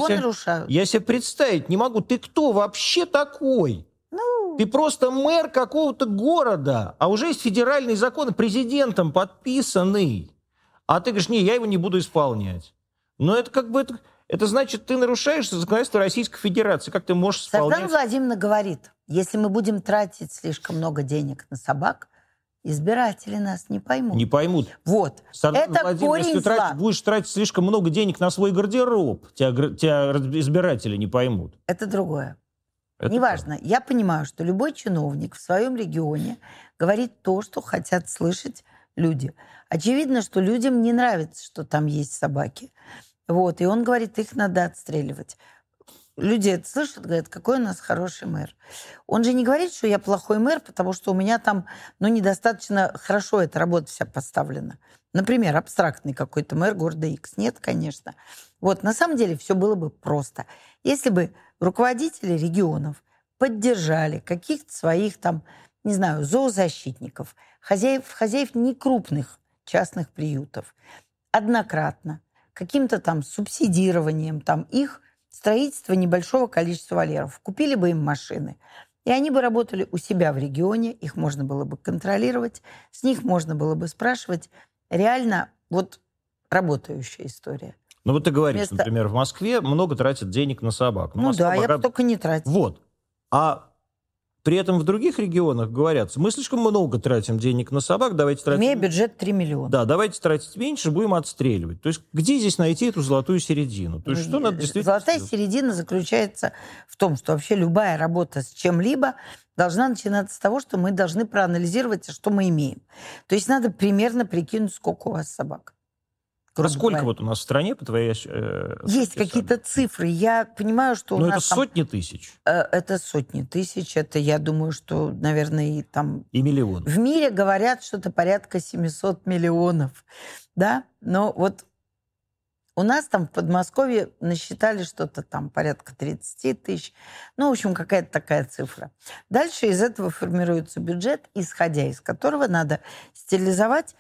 я себе представить не могу. Ты кто вообще такой? Ты просто мэр какого-то города, а уже есть федеральный закон, президентом подписанный. А ты говоришь, я его не буду исполнять. Но это как бы... Это значит, ты нарушаешь законодательство Российской Федерации. Как ты можешь исполнять... Сардана Владимировна говорит, если мы будем тратить слишком много денег на собак, избиратели нас не поймут. Не поймут. Вот. Это корень если зла. Будешь тратить слишком много денег на свой гардероб, тебя избиратели не поймут. Это другое. Неважно. Я понимаю, что любой чиновник в своем регионе говорит то, что хотят слышать люди. Очевидно, что людям не нравится, что там есть собаки. Вот. И он говорит, их надо отстреливать. Люди это слышат, говорят, какой у нас хороший мэр. Он же не говорит, что я плохой мэр, потому что у меня там недостаточно хорошо эта работа вся поставлена. Например, абстрактный какой-то мэр города X. Нет, конечно. Вот, на самом деле все было бы просто. Если бы руководители регионов поддержали каких-то своих там, не знаю, зоозащитников, хозяев некрупных частных приютов, однократно, каким-то там субсидированием там их строительство небольшого количества вольеров. Купили бы им машины, и они бы работали у себя в регионе, их можно было бы контролировать, с них можно было бы спрашивать. Реально вот работающая история. Ну вот ты говоришь, например, в Москве много тратят денег на собак. Я бы только не тратила. Вот. А при этом в других регионах говорят, мы слишком много тратим денег на собак, давайте тратить... Имея бюджет 3 миллиона. Да, давайте тратить меньше, будем отстреливать. То есть где здесь найти эту золотую середину? То есть что надо действительно... Золотая середина заключается в том, что вообще любая работа с чем-либо должна начинаться с того, что мы должны проанализировать, что мы имеем. То есть надо примерно прикинуть, сколько у вас собак. А сколько вот у нас в стране, по твоей... Есть какие-то цифры. Я понимаю, что у нас... это сотни тысяч. Это сотни тысяч. Это, я думаю, что, наверное, и там... И миллион. В мире говорят что-то порядка 700 миллионов. Да? Но вот у нас там в Подмосковье насчитали что-то там порядка 30 тысяч. Ну, в общем, какая-то такая цифра. Дальше из этого формируется бюджет, исходя из которого надо стилизовать,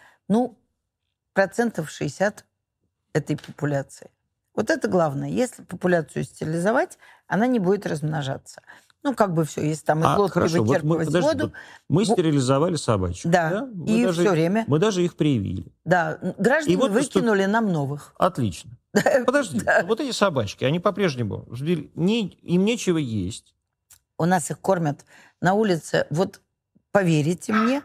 60% этой популяции. Вот это главное. Если популяцию стилизовать, она не будет размножаться. Все, если там из лодки вычерпывать воду... Мы стерилизовали собачек. Да, и все время. Мы даже их привили. Да, граждане выкинули нам новых. Отлично. Подожди, вот эти собачки, они по-прежнему... Им нечего есть. У нас их кормят на улице. Вот поверите мне,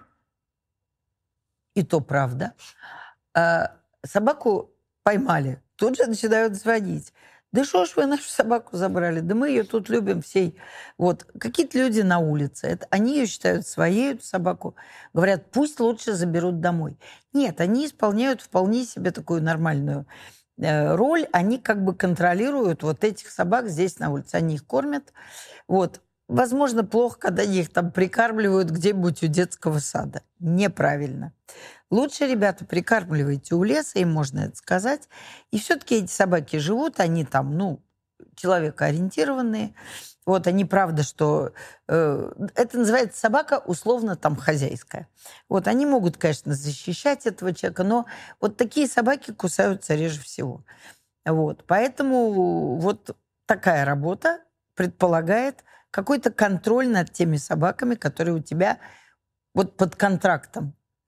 и то правда... Собаку поймали, тут же начинают звонить. Да что ж вы нашу собаку забрали? Да мы ее тут любим всей. Вот. Какие-то люди на улице, они ее считают своей, эту собаку. Говорят, пусть лучше заберут домой. Нет, они исполняют вполне себе такую нормальную роль. Они как бы контролируют вот этих собак здесь на улице. Они их кормят. Вот. Возможно, плохо, когда они их там прикармливают где-нибудь у детского сада. Неправильно. Лучше, ребята, прикармливайте у леса, им можно это сказать. И все-таки эти собаки живут, они там, человекоориентированные. Вот они, правда, что... это называется собака условно там хозяйская. Вот они могут, конечно, защищать этого человека, но вот такие собаки кусаются реже всего. Вот. Поэтому вот такая работа предполагает какой-то контроль над теми собаками, которые у тебя вот под контрактом.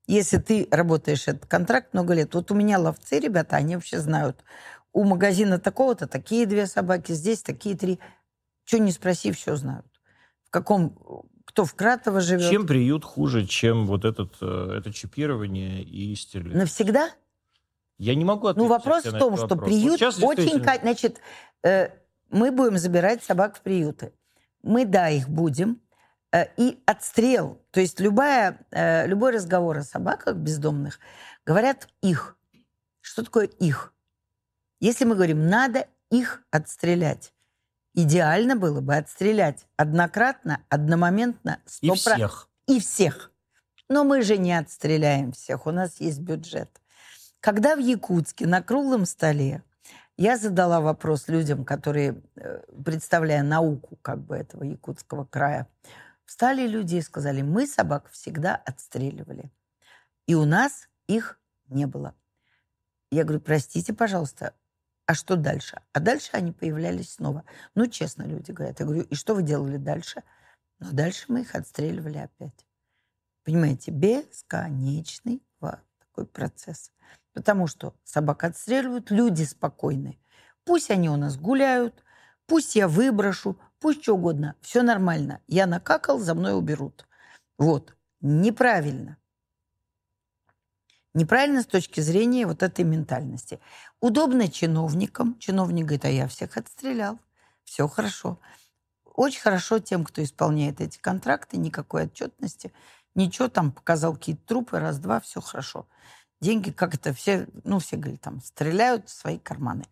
Если ты работаешь этот контракт много лет. Вот у меня ловцы, ребята, они вообще знают. У магазина такого-то такие 2 собаки, здесь такие 3. Что не спроси, все знают. Кто в Кратово живет. Чем приют хуже, чем вот это чипирование и стерилизация? Навсегда? Я не могу ответить. Вопрос в том, что приют очень... Значит, мы будем забирать собак в приюты. Мы, да, их будем. И отстрел. То есть любой разговор о собаках бездомных, говорят их. Что такое их? Если мы говорим, надо их отстрелять, идеально было бы отстрелять однократно, одномоментно, 100%. И всех. И всех. Но мы же не отстреляем всех, у нас есть бюджет. Когда в Якутске на круглом столе я задала вопрос людям, которые, представляя науку этого Якутского края, встали люди и сказали, мы собак всегда отстреливали. И у нас их не было. Я говорю, простите, пожалуйста, а что дальше? А дальше они появлялись снова. Честно люди говорят. Я говорю, и что вы делали дальше? Дальше мы их отстреливали опять. Понимаете, бесконечный такой процесс. Потому что собак отстреливают, люди спокойны. Пусть они у нас гуляют, пусть я выброшу, пусть что угодно. Все нормально. Я накакал, за мной уберут. Неправильно. Неправильно с точки зрения этой ментальности. Удобно чиновникам. Чиновник говорит, а я всех отстрелял. Все хорошо. Очень хорошо тем, кто исполняет эти контракты, никакой отчетности. Ничего, показал какие-то трупы, раз-два, все хорошо. Деньги, все, все говорят, стреляют в свои карманы.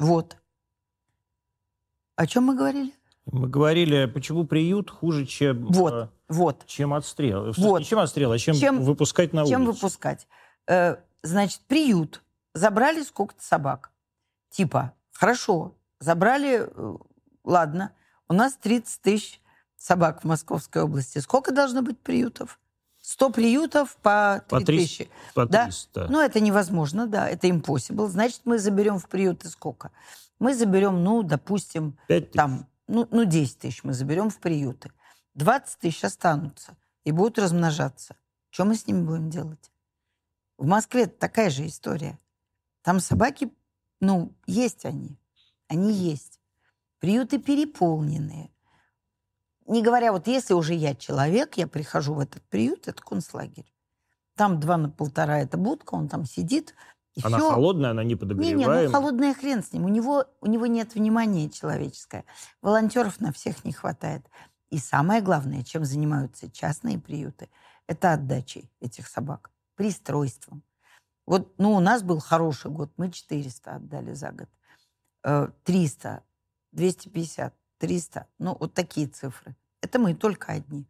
О чем мы говорили? Мы говорили, почему приют хуже, чем чем отстрел. Не чем отстрел, а чем выпускать на улицу. Чем выпускать. Значит, приют. Забрали сколько-то собак. Хорошо, забрали, ладно, у нас 30 тысяч собак в Московской области. Сколько должно быть приютов? 100 приютов по 3 тысячи. По 300. Да? Это невозможно, да, это impossible. Значит, мы заберем в приюты сколько? Мы заберем, допустим, 5 тысяч. 10 тысяч мы заберем в приюты. 20 тысяч останутся и будут размножаться. Что мы с ними будем делать? В Москве такая же история. Там собаки, есть они. Они есть. Приюты переполненные. Не говоря, если уже я человек, я прихожу в этот приют, это концлагерь. Там 2 на 1,5 это будка, он там сидит. И она все. Холодная, она не подогреваемая. Холодная хрен с ним. У него нет внимания человеческое. Волонтеров на всех не хватает. И самое главное, чем занимаются частные приюты, это отдачей этих собак, пристройством. У нас был хороший год, мы 400 отдали за год. 300, 250, 300, такие цифры. Это мы только одни.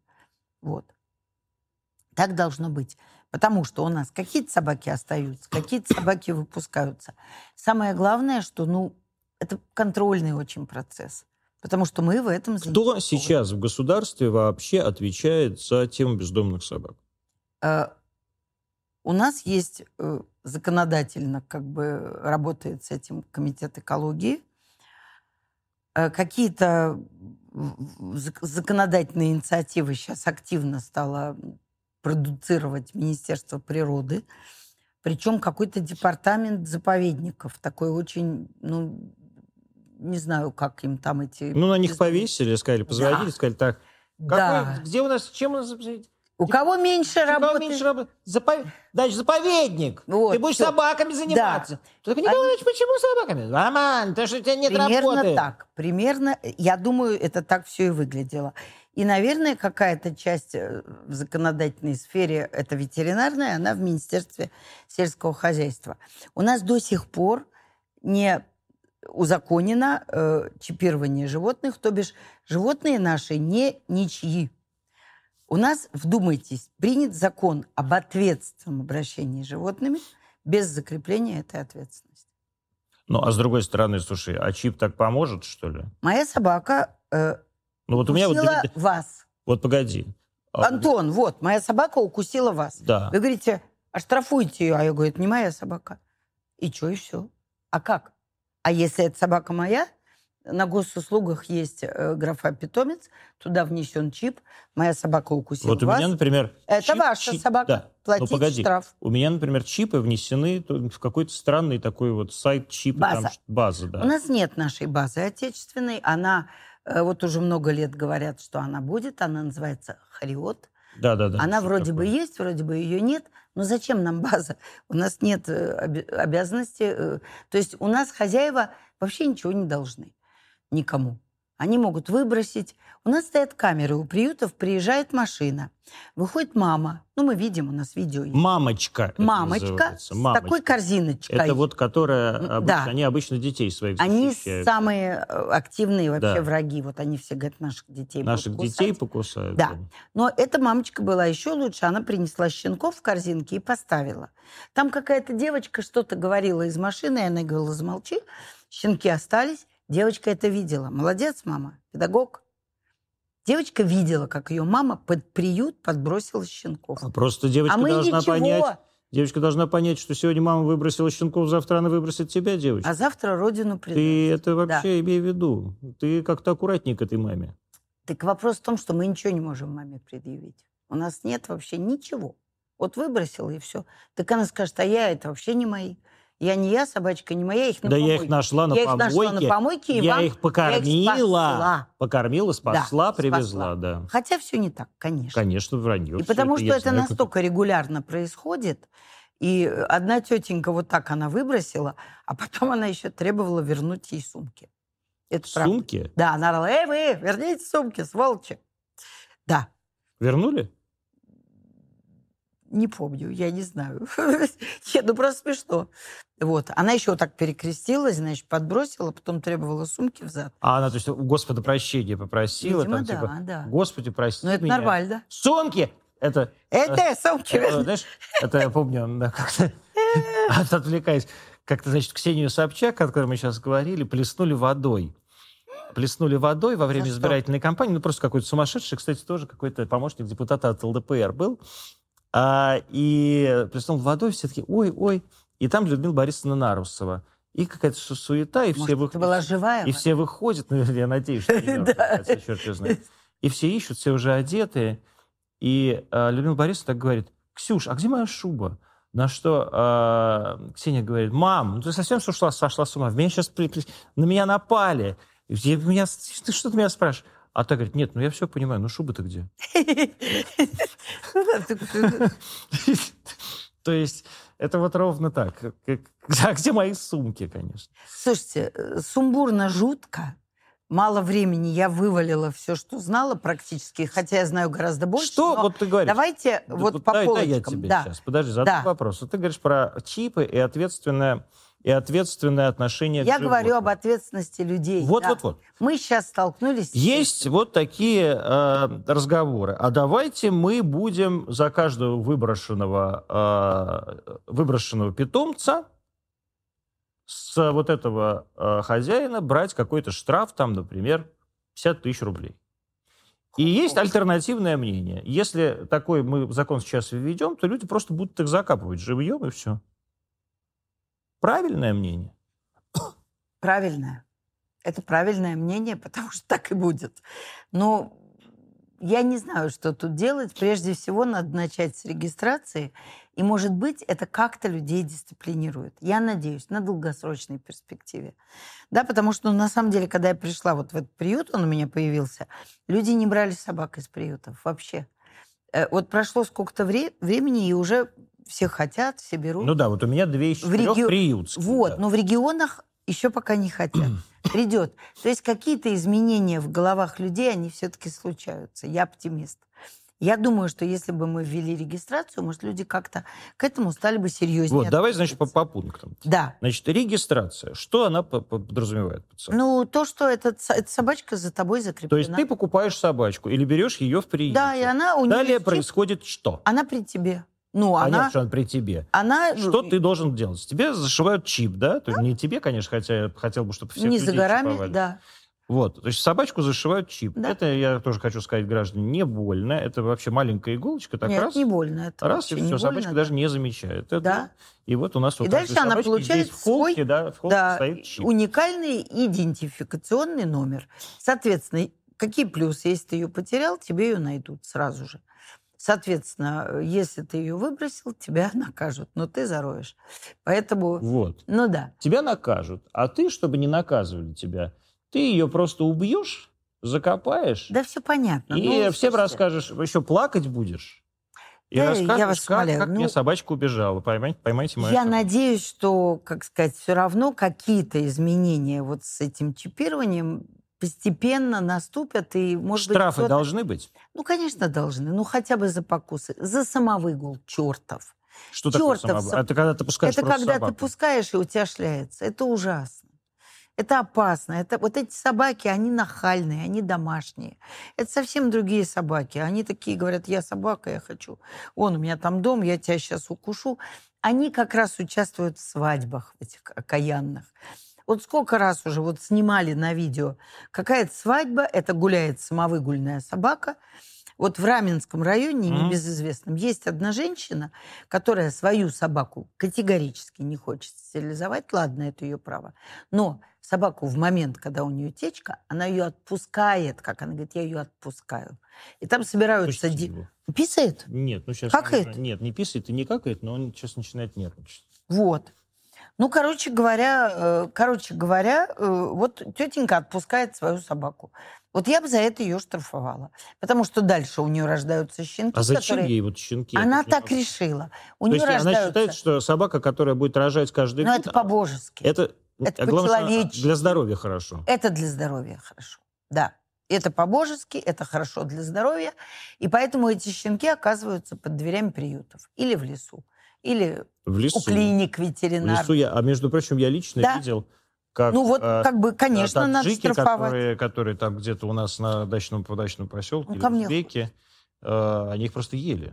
Так должно быть. Потому что у нас какие-то собаки остаются, какие-то собаки выпускаются. Самое главное, что, это контрольный очень процесс. Потому что мы в этом заинтересованы. Кто сейчас в государстве вообще отвечает за тему бездомных собак? У нас есть законодательно, работает с этим комитет экологии. Какие-то законодательные инициативы сейчас активно стало продуцировать Министерство природы. Причем какой-то департамент заповедников. Такой очень, не знаю, как им там эти... на них повесили, сказали, позвонили, сказали, так, где у нас, чем у нас... У кого меньше работы? Дальше заповедник. Ты будешь собаками заниматься. Ты такой, Николаевич, почему собаками? Роман, то что у тебя нет работы. Примерно, я думаю, это так все и выглядело. И, наверное, какая-то часть в законодательной сфере, это ветеринарная, она в Министерстве сельского хозяйства. У нас до сих пор не узаконено чипирование животных, то бишь животные наши не ничьи. У нас, вдумайтесь, принят закон об ответственном обращении с животными без закрепления этой ответственности. А с другой стороны, слушай, а чип так поможет, что ли? Моя собака укусила вас. Погоди. Антон, моя собака укусила вас. Да. Вы говорите, оштрафуйте ее. А я говорю, это не моя собака. И что, и все. А как? А если эта собака моя, на госуслугах есть графа «питомец», туда внесен чип. Моя собака укусила Вот у вас. меня, например... Это ваша собака. Да. Платите погоди. штраф. У меня, например, чипы внесены в какой-то странный такой вот сайт чипы. База. База, да. У нас нет нашей базы отечественной. Она, вот уже много лет говорят, что она будет. Она называется «Хариот». Да. Она вроде бы есть, вроде бы ее нет. Но зачем нам база? У нас нет обязанности. То есть у нас хозяева вообще ничего не должны. Никому. Они могут выбросить. У нас стоят камеры у приютов, приезжает машина. Выходит мама. Ну, мы видим, у нас видео есть. Мамочка. Мамочка с такой корзиночкой. Это вот, которая... Да. Они обычно детей своих Они защищают. самые активные вообще враги. Вот они все говорят, наших детей Наших детей покусают. Да. Но эта мамочка была еще лучше. Она принесла щенков в корзинке и поставила. Там какая-то девочка что-то говорила из машины, и она говорила, замолчи. Щенки остались. Девочка это видела. Молодец, мама, педагог. Девочка видела, как ее мама под приют подбросила щенков. Просто девочка должна понять... Девочка должна понять, что сегодня мама выбросила щенков, завтра она выбросит тебя, девочка. А завтра родину предаст. Ты это вообще имей в виду. Ты как-то аккуратней к этой маме. Так вопрос в том, что мы ничего не можем маме предъявить. У нас нет вообще ничего. Вот выбросила, и все. Так она скажет, а это вообще не мои. Я не я, собачка не моя, их на помойке. Я их нашла на помойке, и я их покормила, спасла, привезла, спасла. Да. Хотя все не так, конечно. Конечно, вранье. И потому что это настолько регулярно происходит, и одна тетенька вот так она выбросила, а потом она еще требовала вернуть ей сумки. Это сумки? Правда. Да, она говорила, вы, верните сумки, сволочи. Да. Вернули? Не помню, я не знаю. Нет, ну просто смешно. Вот. Она еще вот так перекрестилась, значит, подбросила, потом требовала сумки взад. А она, то есть, у Господа прощения попросила? Видимо, там, да, типа, да. Господи, прости меня. Ну, это нормально, да? Сумки! Это сумки. Знаешь, это я помню, да, как-то отвлекаясь, как-то, значит, Ксению Собчак, о которой мы сейчас говорили, плеснули водой. Плеснули водой во время избирательной кампании. Ну, просто какой-то сумасшедший, кстати, тоже какой-то помощник депутата от ЛДПР был. И плеснул водой, все такие, ой. И там Людмила Борисовна Нарусова. И какая-то суета, и все выходят. была живая? И все выходят, ну, я надеюсь, что не мертвая, хотя черт его знает. И все ищут, все уже одетые. И Людмила Борисовна так говорит, Ксюш, а где моя шуба? На что Ксения говорит, мам, ну ты совсем сошла с ума, меня сейчас на меня напали. Ты что ты меня спрашиваешь? А та говорит, нет, ну я все понимаю, ну шуба-то где? То есть это вот ровно так. А где мои сумки, конечно? Слушайте, сумбурно, жутко. Мало времени, я вывалила все, что знала практически, хотя я знаю гораздо больше. Что вот ты говоришь? Давайте вот по полочкам. Да, я тебе сейчас. Подожди, задам вопрос. Ты говоришь про чипы и ответственное отношение к животным. Я говорю об ответственности людей. Вот. Мы сейчас столкнулись... Есть вот такие разговоры. А давайте мы будем за каждого выброшенного питомца с вот этого хозяина брать какой-то штраф, там, например, 50 тысяч рублей. И есть альтернативное мнение. Если такой мы закон сейчас введем, то люди просто будут их закапывать живьем, и все. Правильное мнение? Правильное. Это правильное мнение, потому что так и будет. Но я не знаю, что тут делать. Прежде всего, надо начать с регистрации. И, может быть, это как-то людей дисциплинирует. Я надеюсь, на долгосрочной перспективе. Да, потому что, на самом деле, когда я пришла вот в этот приют, он у меня появился, люди не брали собак из приютов вообще. Вот прошло сколько-то времени, и уже все хотят, все берут. Ну да, вот у меня 2 из 4 приютских. Вот, да. Но в регионах еще пока не хотят. Придет. То есть какие-то изменения в головах людей, они все-таки случаются. Я оптимист. Я думаю, что если бы мы ввели регистрацию, может, люди как-то к этому стали бы серьезнее. Вот, давай, значит, по пунктам. Да. Значит, регистрация. Что она подразумевает под собой? Ну, то, что эта собачка за тобой закреплена. То есть ты покупаешь собачку или берешь ее в приюте. Да, и она у нее... Далее происходит что? Она при тебе. Ну, понятно, что она при тебе. Что ты должен делать? Тебе зашивают чип, да? То есть не тебе, конечно, хотя я хотел бы, чтобы все не людей за горами, чиповали. да. Вот. То есть собачку зашивают чип. Да. Это, я тоже хочу сказать, граждане, не больно. Это вообще маленькая иголочка. Так Нет, раз, не больно. Это раз, и вообще не все. больно, Собачка да. даже не замечает этого. Да. И вот у нас у И каждой дальше она собачки получает здесь в холке, свой, в холке стоит чип. уникальный идентификационный номер. Соответственно, какие плюсы? Если ты ее потерял, тебе ее найдут сразу же. Соответственно, если ты ее выбросил, тебя накажут, но ты зароешь. Поэтому, Вот. ну да. Тебя накажут. А ты, чтобы не наказывали тебя, ты ее просто убьешь, закопаешь, Да все понятно. и Ну, всем слушайте, расскажешь, еще плакать будешь. И Да, я расскажешь, вас как умоляю, мне ну, собачка убежала. Поймайте мою я собаку. надеюсь, что, как сказать, все равно какие-то изменения вот с этим чипированием постепенно наступят. И, может быть, Штрафы кто-то... должны быть? Ну, конечно, должны. Ну, хотя бы за покусы. За самовыгул, чертов. Что такое Чертов самооборона? Это когда ты пускаешь Это просто когда собаку. ты пускаешь, и у тебя шляется. Это ужасно. Это опасно. Это, вот эти собаки, они нахальные, они домашние. Это совсем другие собаки. Они такие говорят, я собака, я хочу. Вон, у меня там дом, я тебя сейчас укушу. Они как раз участвуют в свадьбах этих окаянных. Вот сколько раз уже вот снимали на видео. Какая-то свадьба, это гуляет самовыгульная собака. Вот в Раменском районе, небезызвестном, есть одна женщина, которая свою собаку категорически не хочет стерилизовать. Ладно, это ее право. Но собаку в момент, когда у нее течка, она ее отпускает. Как она говорит, я ее отпускаю. И там собираются... Пусти его. Писает? Нет, ну сейчас... Какает? Нет, не писает и не какает, но он сейчас начинает нервничать. Вот. Ну, короче говоря, вот тетенька отпускает свою собаку. Вот я бы за это ее штрафовала. Потому что дальше у нее рождаются щенки, А зачем которые... ей вот щенки? Она Это же так не- решила. У То нее есть она рождаются... считает, что собака, которая будет рожать каждый Ну, год... это по-божески. Это Это а главное, что по-человечески. для здоровья хорошо. Это для здоровья хорошо. Да. Это по-божески, это хорошо для здоровья. И поэтому эти щенки оказываются под дверями приютов. Или в лесу. Или В лесу. у клиник В ветеринарных. лесу я... А между прочим, я лично Да. видел, как... Ну вот, как бы, конечно, надо таджики, штрафовать. которые там где-то у нас на дачном поселке, Ну, или ко мне узбеки, они их просто ели.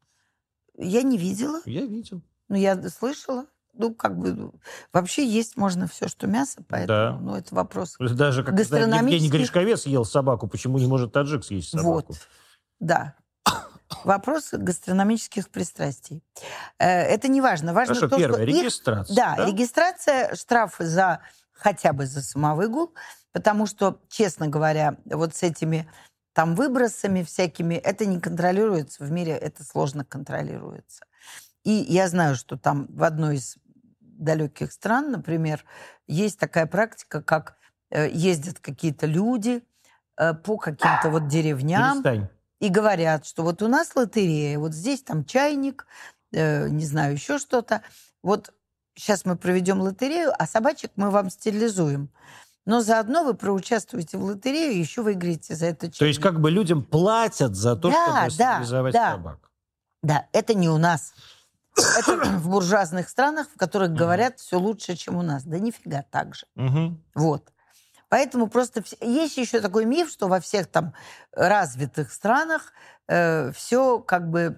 Я не видела, Я видел. но я слышала. Ну, как бы, вообще есть можно все, что мясо, поэтому, Да. ну, это вопрос. Даже как Евгений Гастрономических- Гришковец ел собаку, почему не может таджик съесть собаку? Вот, да. Вопрос гастрономических пристрастий. Это не важно. Важно Хорошо, то, первое, что их... регистрация. Да, регистрация, штрафы за хотя бы за самовыгул, потому что, честно говоря, вот с этими там выбросами всякими, это не контролируется в мире, это сложно контролируется. И я знаю, что там в одной из далеких стран, например, есть такая практика, как ездят какие-то люди по каким-то вот деревням, Перестань. и говорят, что вот у нас лотерея, вот здесь там чайник, не знаю, еще что-то. Вот сейчас мы проведем лотерею, а собачек мы вам стерилизуем. Но заодно вы проучаствуете в лотерею, и еще выиграете за это чайник. То есть как бы людям платят за то, Да, чтобы стерилизовать да. собак. Да, это не у нас. Это в буржуазных странах, в которых говорят все лучше, чем у нас. Да нифига так же. Мгм. Вот. Поэтому просто есть еще такой миф, что во всех там развитых странах все как бы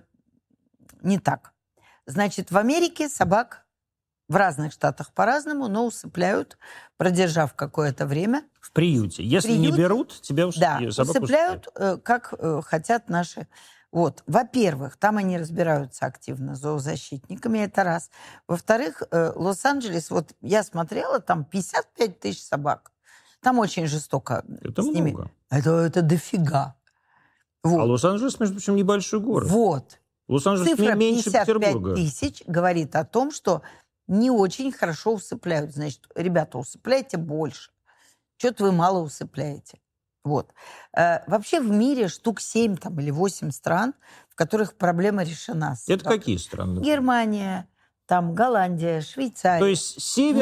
не так. Значит, в Америке собак в разных штатах по-разному, но усыпляют, продержав какое-то время. В приюте. Если не приюте, берут, тебя Да, собаку усыпляют, как хотят наши. Вот. Во-первых, там они разбираются активно с зоозащитниками, это раз. Во-вторых, Лос-Анджелес, вот я смотрела, там 55 тысяч собак. Там очень жестоко Это с ними. много. Это дофига. Вот. А Лос-Анджелес, между прочим, небольшой город. Вот. Лос-Анджелес Цифра меньше 55 Петербурга. тысяч говорит о том, что не очень хорошо усыпляют. Значит, ребята, усыпляйте больше. Что-то вы мало усыпляете. Вот. Вообще в мире штук 7 там, или 8 стран, в которых проблема решена. Это какие страны? Германия, там Голландия, Швейцария. То есть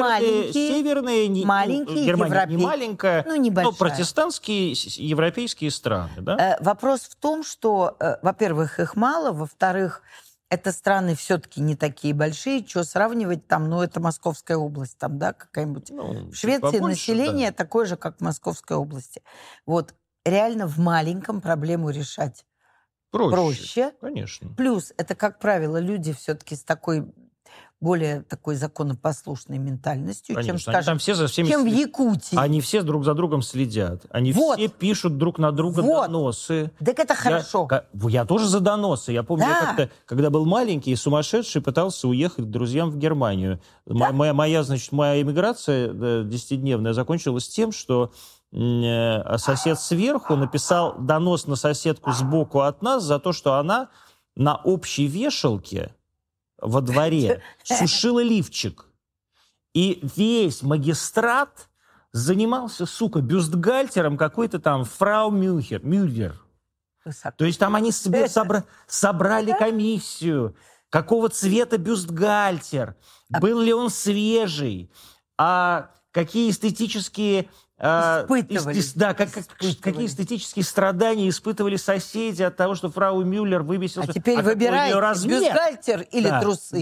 северные маленькие, Германия не маленькая, ну, небольшая. но протестантские европейские страны, да? Вопрос в том, что, во-первых, их мало, во-вторых, это страны все-таки не такие большие, что сравнивать там, ну, это Московская область, там, да, какая-нибудь. Ну, В Швеции побольше, население да. такое же, как в Московской области. Вот, реально в маленьком проблему решать проще. Конечно. Плюс, это, как правило, люди все-таки с такой более такой законопослушной ментальностью, Конечно, чем, они скажем, там все за всеми чем в Якутии. Они все друг за другом следят. Они Вот. все пишут друг на друга Вот. доносы. Так это хорошо. Я тоже за доносы. Я помню, Да. я как-то, когда был маленький и сумасшедший, пытался уехать к друзьям в Германию. Да. Моя эмиграция 10-дневная закончилась тем, что сосед сверху написал донос на соседку сбоку от нас за то, что она на общей вешалке во дворе сушила лифчик. И весь магистрат занимался, сука, бюстгальтером какой-то там фрау Мюллер. Высоко. То есть там они себе собрали комиссию. Какого цвета бюстгальтер? Был ли он свежий? А какие эстетические... Испытывали. Какие эстетические страдания испытывали соседи от того, что фрау Мюллер выбесился. А теперь выбирайте, бюстгальтер или трусы.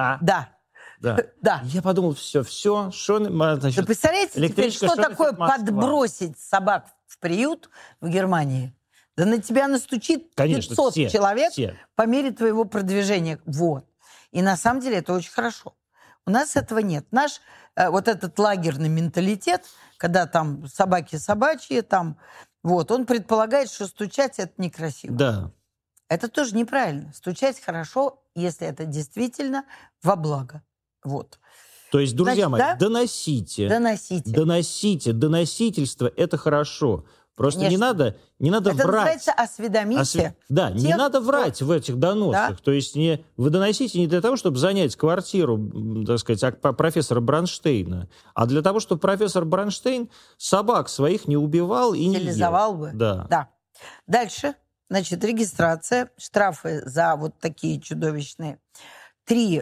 Да. Я подумал, все, значит, вы представляете теперь, что такое подбросить собак в приют в Германии? Да на тебя настучит 500 человек по мере твоего продвижения. Вот. И на самом деле это очень хорошо. У нас этого нет. Наш вот этот лагерный менталитет, когда там собаки собачьи, там, вот, он предполагает, что стучать это некрасиво. Да. Это тоже неправильно. Стучать хорошо, если это действительно во благо. Вот. То есть, друзья мои, да? Доносите. Доносительство – это хорошо. Просто Конечно. не надо это врать. Называется осведомите. Да, не надо врать в этих доносах. Да? То есть вы доносите не для того, чтобы занять квартиру, так сказать, профессора Бронштейна, а для того, чтобы профессор Бронштейн собак своих не убивал и не ел. Бы. Да. Дальше, значит, регистрация, штрафы за вот такие чудовищные. 3.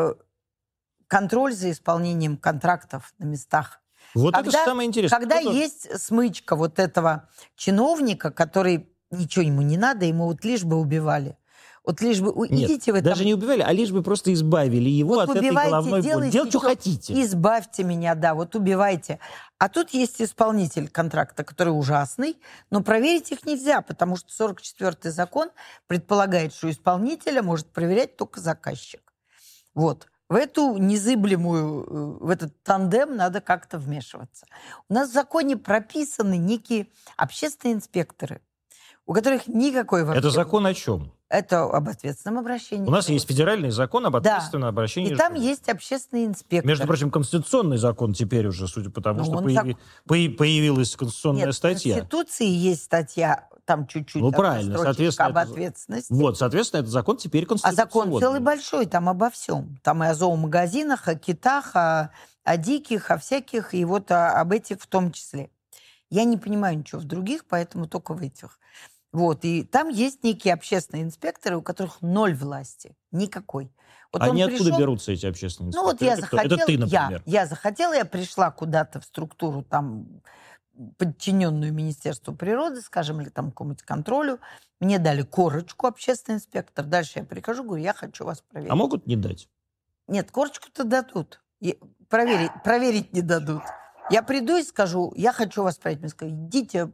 Контроль за исполнением контрактов на местах. Вот это самое интересное. Когда есть смычка вот этого чиновника, который ничего ему не надо, ему вот лишь бы убивали. Вот лишь бы... Нет, идите в это... даже не убивали, а лишь бы просто избавили его от этой головной боли. Делайте, что хотите. Избавьте меня, да, вот убивайте. А тут есть исполнитель контракта, который ужасный, но проверить их нельзя, потому что 44-й закон предполагает, что исполнителя может проверять только заказчик. Вот. В эту незыблемую, в этот тандем надо как-то вмешиваться. У нас в законе прописаны некие общественные инспекторы, у которых никакой вообще... Это закон о чем? Это об ответственном обращении. У нас есть федеральный закон об ответственном обращении. И там есть общественные инспекторы. Между прочим, конституционный закон теперь уже, судя по тому, что появилась конституционная статья. В Конституции есть статья, там чуть-чуть правильно, соответственно, об ответственности. Вот, соответственно, этот закон теперь конституционный. А закон целый большой, там обо всем. Там и о зоомагазинах, о китах, о диких, о всяких, и вот об этих в том числе. Я не понимаю ничего в других, поэтому только в этих. Вот, и там есть некие общественные инспекторы, у которых 0 власти, никакой. Вот они откуда берутся, эти общественные инспекторы? Ну вот я захотела, это ты, например. Я захотела, я пришла куда-то в структуру там подчиненную Министерству природы, скажем, или там какому-нибудь контролю. Мне дали корочку общественный инспектор. Дальше я прихожу, говорю, я хочу вас проверить. А могут не дать? Нет, корочку-то дадут. Проверить не дадут. Я приду и скажу, я хочу вас проверить. Мне скажут, идите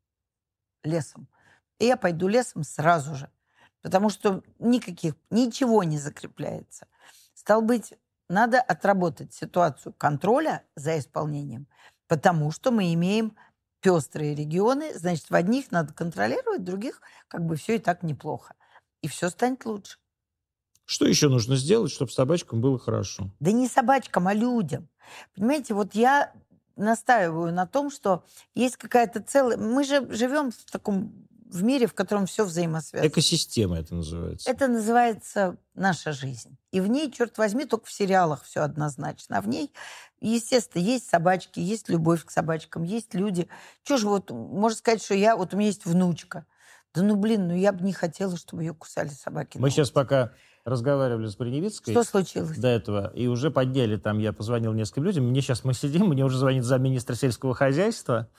лесом. И я пойду лесом сразу же. Потому что ничего не закрепляется. Стало быть, надо отработать ситуацию контроля за исполнением, потому что мы имеем пестрые регионы, значит, в одних надо контролировать, в других как бы все и так неплохо. И все станет лучше. Что еще нужно сделать, чтобы собачкам было хорошо? Да не собачкам, а людям. Понимаете, вот я настаиваю на том, что есть какая-то целая... Мы же живем в мире, в котором все взаимосвязано. Экосистема это называется. Это называется наша жизнь. И в ней, черт возьми, только в сериалах все однозначно. А в ней, естественно, есть собачки, есть любовь к собачкам, есть люди. Чего же вот, можно сказать, что вот у меня есть внучка. Да я бы не хотела, чтобы ее кусали собаки. Мы сейчас пока разговаривали с Броневицкой. Что случилось? До этого. И уже подняли там, я позвонил нескольким людям. Мы сидим, мне уже звонит замминистра сельского хозяйства.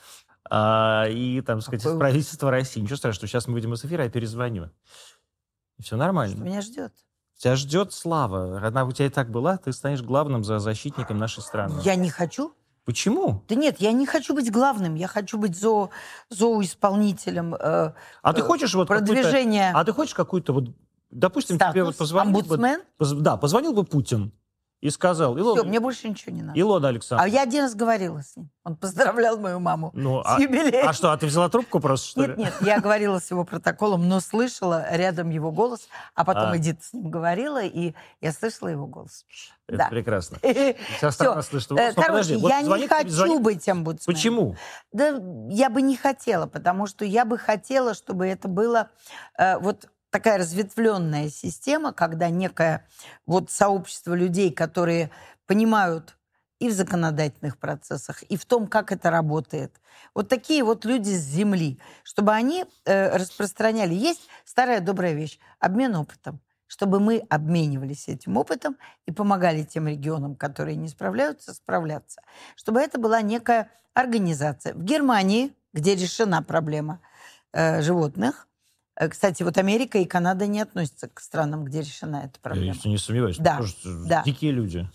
И, там, сказать, из правительства России. Ничего страшного, что сейчас мы выйдем из эфира, я перезвоню. И все нормально. Что меня ждет? Тебя ждет слава. Она у тебя и так была, ты станешь главным защитником нашей страны. Я не хочу. Почему? Да нет, я не хочу быть главным, я хочу быть зооисполнителем. Ты хочешь продвижение. А ты хочешь какую-то допустим, статус? тебе позвонил омбудсмен? позвонил бы Путин. и сказал... Все, мне больше ничего не надо. Илона А Александровна... я один раз говорила с ним. Он поздравлял мою маму с юбилеем. А что, ты взяла трубку просто, что ли? Нет, я говорила с его протоколом, но слышала рядом его голос, а потом Эдита с ним говорила, и я слышала его голос. Это прекрасно. Вся страна слышит его голос. Короче, я не хочу быть омбудсменом. Почему? Да, я бы не хотела, потому что я бы хотела, чтобы это было вот такая разветвленная система, когда некое вот сообщество людей, которые понимают и в законодательных процессах, и в том, как это работает. Вот такие вот люди с земли, чтобы они распространяли. Есть старая добрая вещь – обмен опытом. Чтобы мы обменивались этим опытом и помогали тем регионам, которые не справляются, справляться. Чтобы это была некая организация. В Германии, где решена проблема животных, кстати, вот Америка и Канада не относятся к странам, где решена эта проблема. Я не сомневаюсь. Да, да. Дикие люди.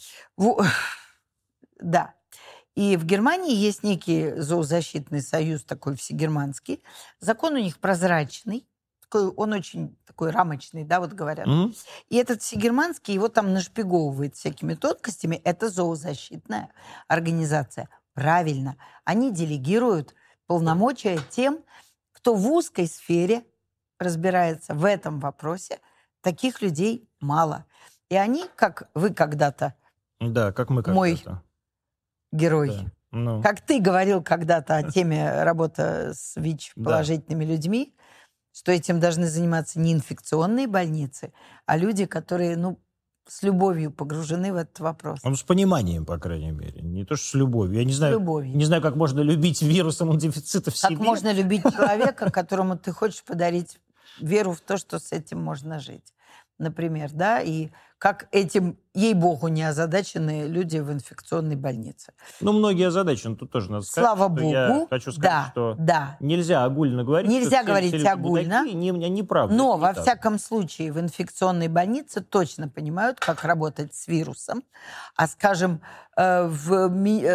Да. И в Германии есть некий зоозащитный союз, такой всегерманский. Закон у них прозрачный. Он очень такой рамочный, да, вот говорят. И этот всегерманский, его там нашпиговывает всякими тонкостями. Это зоозащитная организация. Правильно. Они делегируют полномочия тем, кто в узкой сфере разбирается в этом вопросе. Таких людей мало. И они, как вы когда-то, да, как мы когда-то, мой герой, да. Ну. Как ты говорил когда-то о теме работы с ВИЧ-положительными людьми, что этим должны заниматься не инфекционные больницы, а люди, которые, с любовью погружены в этот вопрос. Он с пониманием, по крайней мере. Не то, что с любовью. Я не знаю, как можно любить вирус иммунодефицита в себе. Как можно любить человека, которому ты хочешь подарить веру в то, что с этим можно жить. Например, да, и как этим, ей-богу, не озадаченные люди в инфекционной больнице. Многие озадачены, тут тоже надо сказать. Слава Богу. Я хочу сказать, что нельзя огульно говорить. Нельзя говорить огульно. Неправда. Но, во всяком случае, в инфекционной больнице точно понимают, как работать с вирусом. А, скажем, в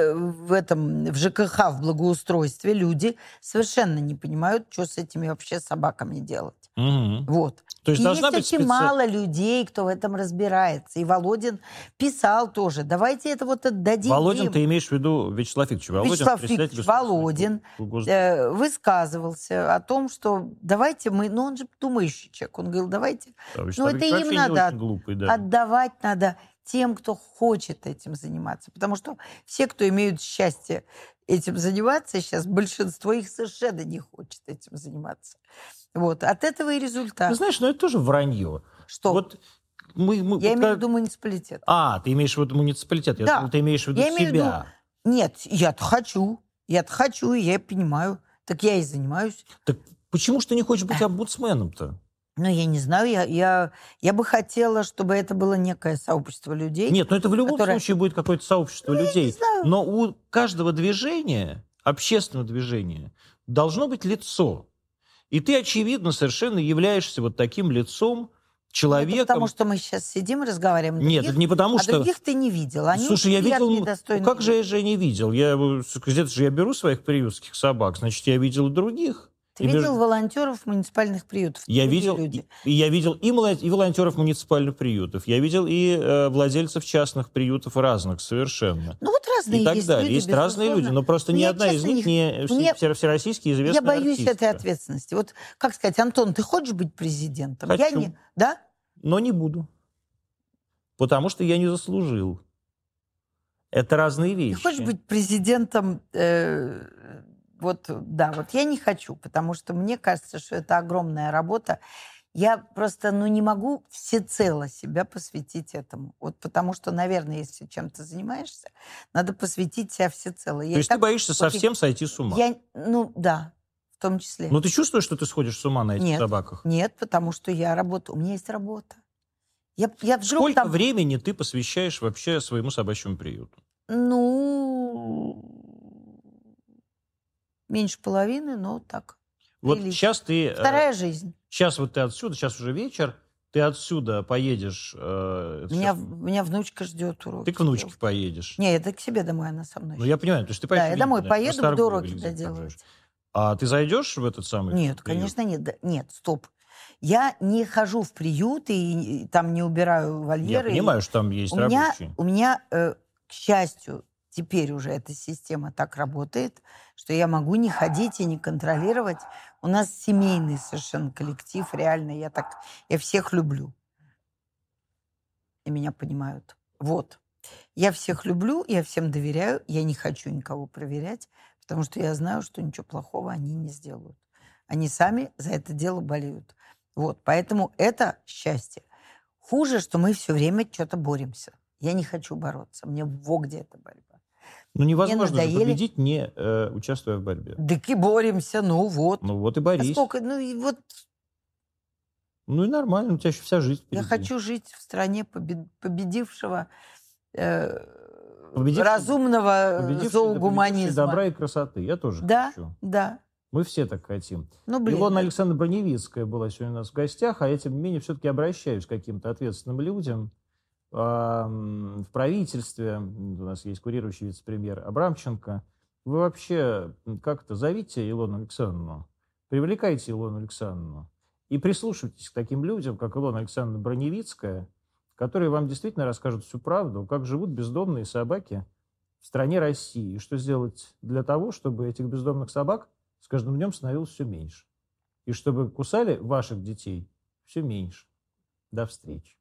ЖКХ, в благоустройстве люди совершенно не понимают, что с этими вообще собаками делать. Угу. Вот. То есть, есть очень мало людей, кто в этом разбирается. И Володин писал тоже. Давайте это вот отдадим. Володин, ты имеешь в виду Вячеслав Викторович Володин? Вячеслав Викторович Володин высказывался о том, что давайте мы... он же думающий человек. Он говорил, давайте... это им надо отдавать надо тем, кто хочет этим заниматься. Потому что все, кто имеют счастье этим заниматься сейчас, большинство их совершенно не хочет этим заниматься. Вот. От этого и результат. Ты знаешь, это тоже вранье. Что? Вот я имею в виду муниципалитет. Ты имеешь в виду муниципалитет? Да. Я думал, ты имеешь в виду себя. Нет, я-то хочу, и я понимаю. Так я и занимаюсь. Так почему ж ты не хочешь быть омбудсменом-то? Я не знаю, я бы хотела, чтобы это было некое сообщество людей. Нет, это в любом случае будет какое-то сообщество людей. Я не знаю. Но у каждого движения, общественного движения, должно быть лицо. И ты, очевидно, совершенно являешься вот таким лицом, человеком... Это потому что мы сейчас сидим и разговариваем. Нет, это не потому что... А других ты не видел. Они Слушай, я видел... Как же я же не видел? Где-то же я беру своих приютских собак, значит, я видел и других. Ты видел волонтеров муниципальных приютов? Я видел и волонтеров муниципальных приютов. Я видел и владельцев частных приютов разных совершенно. Разные и так далее. Есть разные люди, но просто ни одна из них не всероссийский известный Я боюсь артистка. этой ответственности. Вот как сказать, Антон, ты хочешь быть президентом? Хочу. Я не, да? Но не буду. Потому что я не заслужил. Это разные вещи. Ты хочешь быть президентом... Вот я не хочу, потому что мне кажется, что это огромная работа. Я просто, не могу всецело себя посвятить этому. Вот потому что, наверное, если чем-то занимаешься, надо посвятить себя всецело. То есть ты боишься совсем сойти с ума? Да, в том числе. Но ты чувствуешь, что ты сходишь с ума на этих собаках? Нет, потому что я работаю. У меня есть работа. Сколько времени ты посвящаешь вообще своему собачьему приюту? Меньше половины, но так. Вот сейчас ты... Вторая жизнь. Сейчас вот ты отсюда, сейчас уже вечер, ты отсюда поедешь... Меня внучка ждет уроки. Ты к внучке поедешь? Нет, это к себе домой, она со мной. Я понимаю, то есть ты поедешь... Да, я домой поеду, буду уроки доделывать. А ты зайдешь в этот самый... Нет, конечно, нет. Нет, стоп. Я не хожу в приют и там не убираю Я вольеры. понимаю, что там есть У меня, рабочие. у меня, к счастью, теперь уже эта система так работает, что я могу не ходить и не контролировать. У нас семейный совершенно коллектив, реально. Я всех люблю. И меня понимают. Вот. Я всех люблю, я всем доверяю, я не хочу никого проверять, потому что я знаю, что ничего плохого они не сделают. Они сами за это дело болеют. Вот, поэтому это счастье. Хуже, что мы все время что-то боремся. Я не хочу бороться. Мне во где эта борьба. Ну, невозможно же надоели. победить, не участвуя в борьбе. Так и боремся, ну вот. Ну вот и А борись. сколько, ну и вот Ну и нормально, у тебя еще вся жизнь я впереди. хочу жить в стране победившего Победивший- разумного Победивший зоогуманизма. добра и красоты. Я тоже Да, хочу. да. Мы все так хотим. Ну, блин. Илона Александровна Броневицкая была сегодня у нас в гостях, а я, тем не менее, все-таки обращаюсь к каким-то ответственным людям в правительстве. У нас есть курирующий вице-премьер Абрамченко. Вы вообще как-то зовите Илону Александровну, привлекайте Илону Александровну и прислушивайтесь к таким людям, как Илона Александровна Броневицкая, которые вам действительно расскажут всю правду, как живут бездомные собаки в стране России, и что сделать для того, чтобы этих бездомных собак с каждым днем становилось все меньше. И чтобы кусали ваших детей все меньше. До встречи.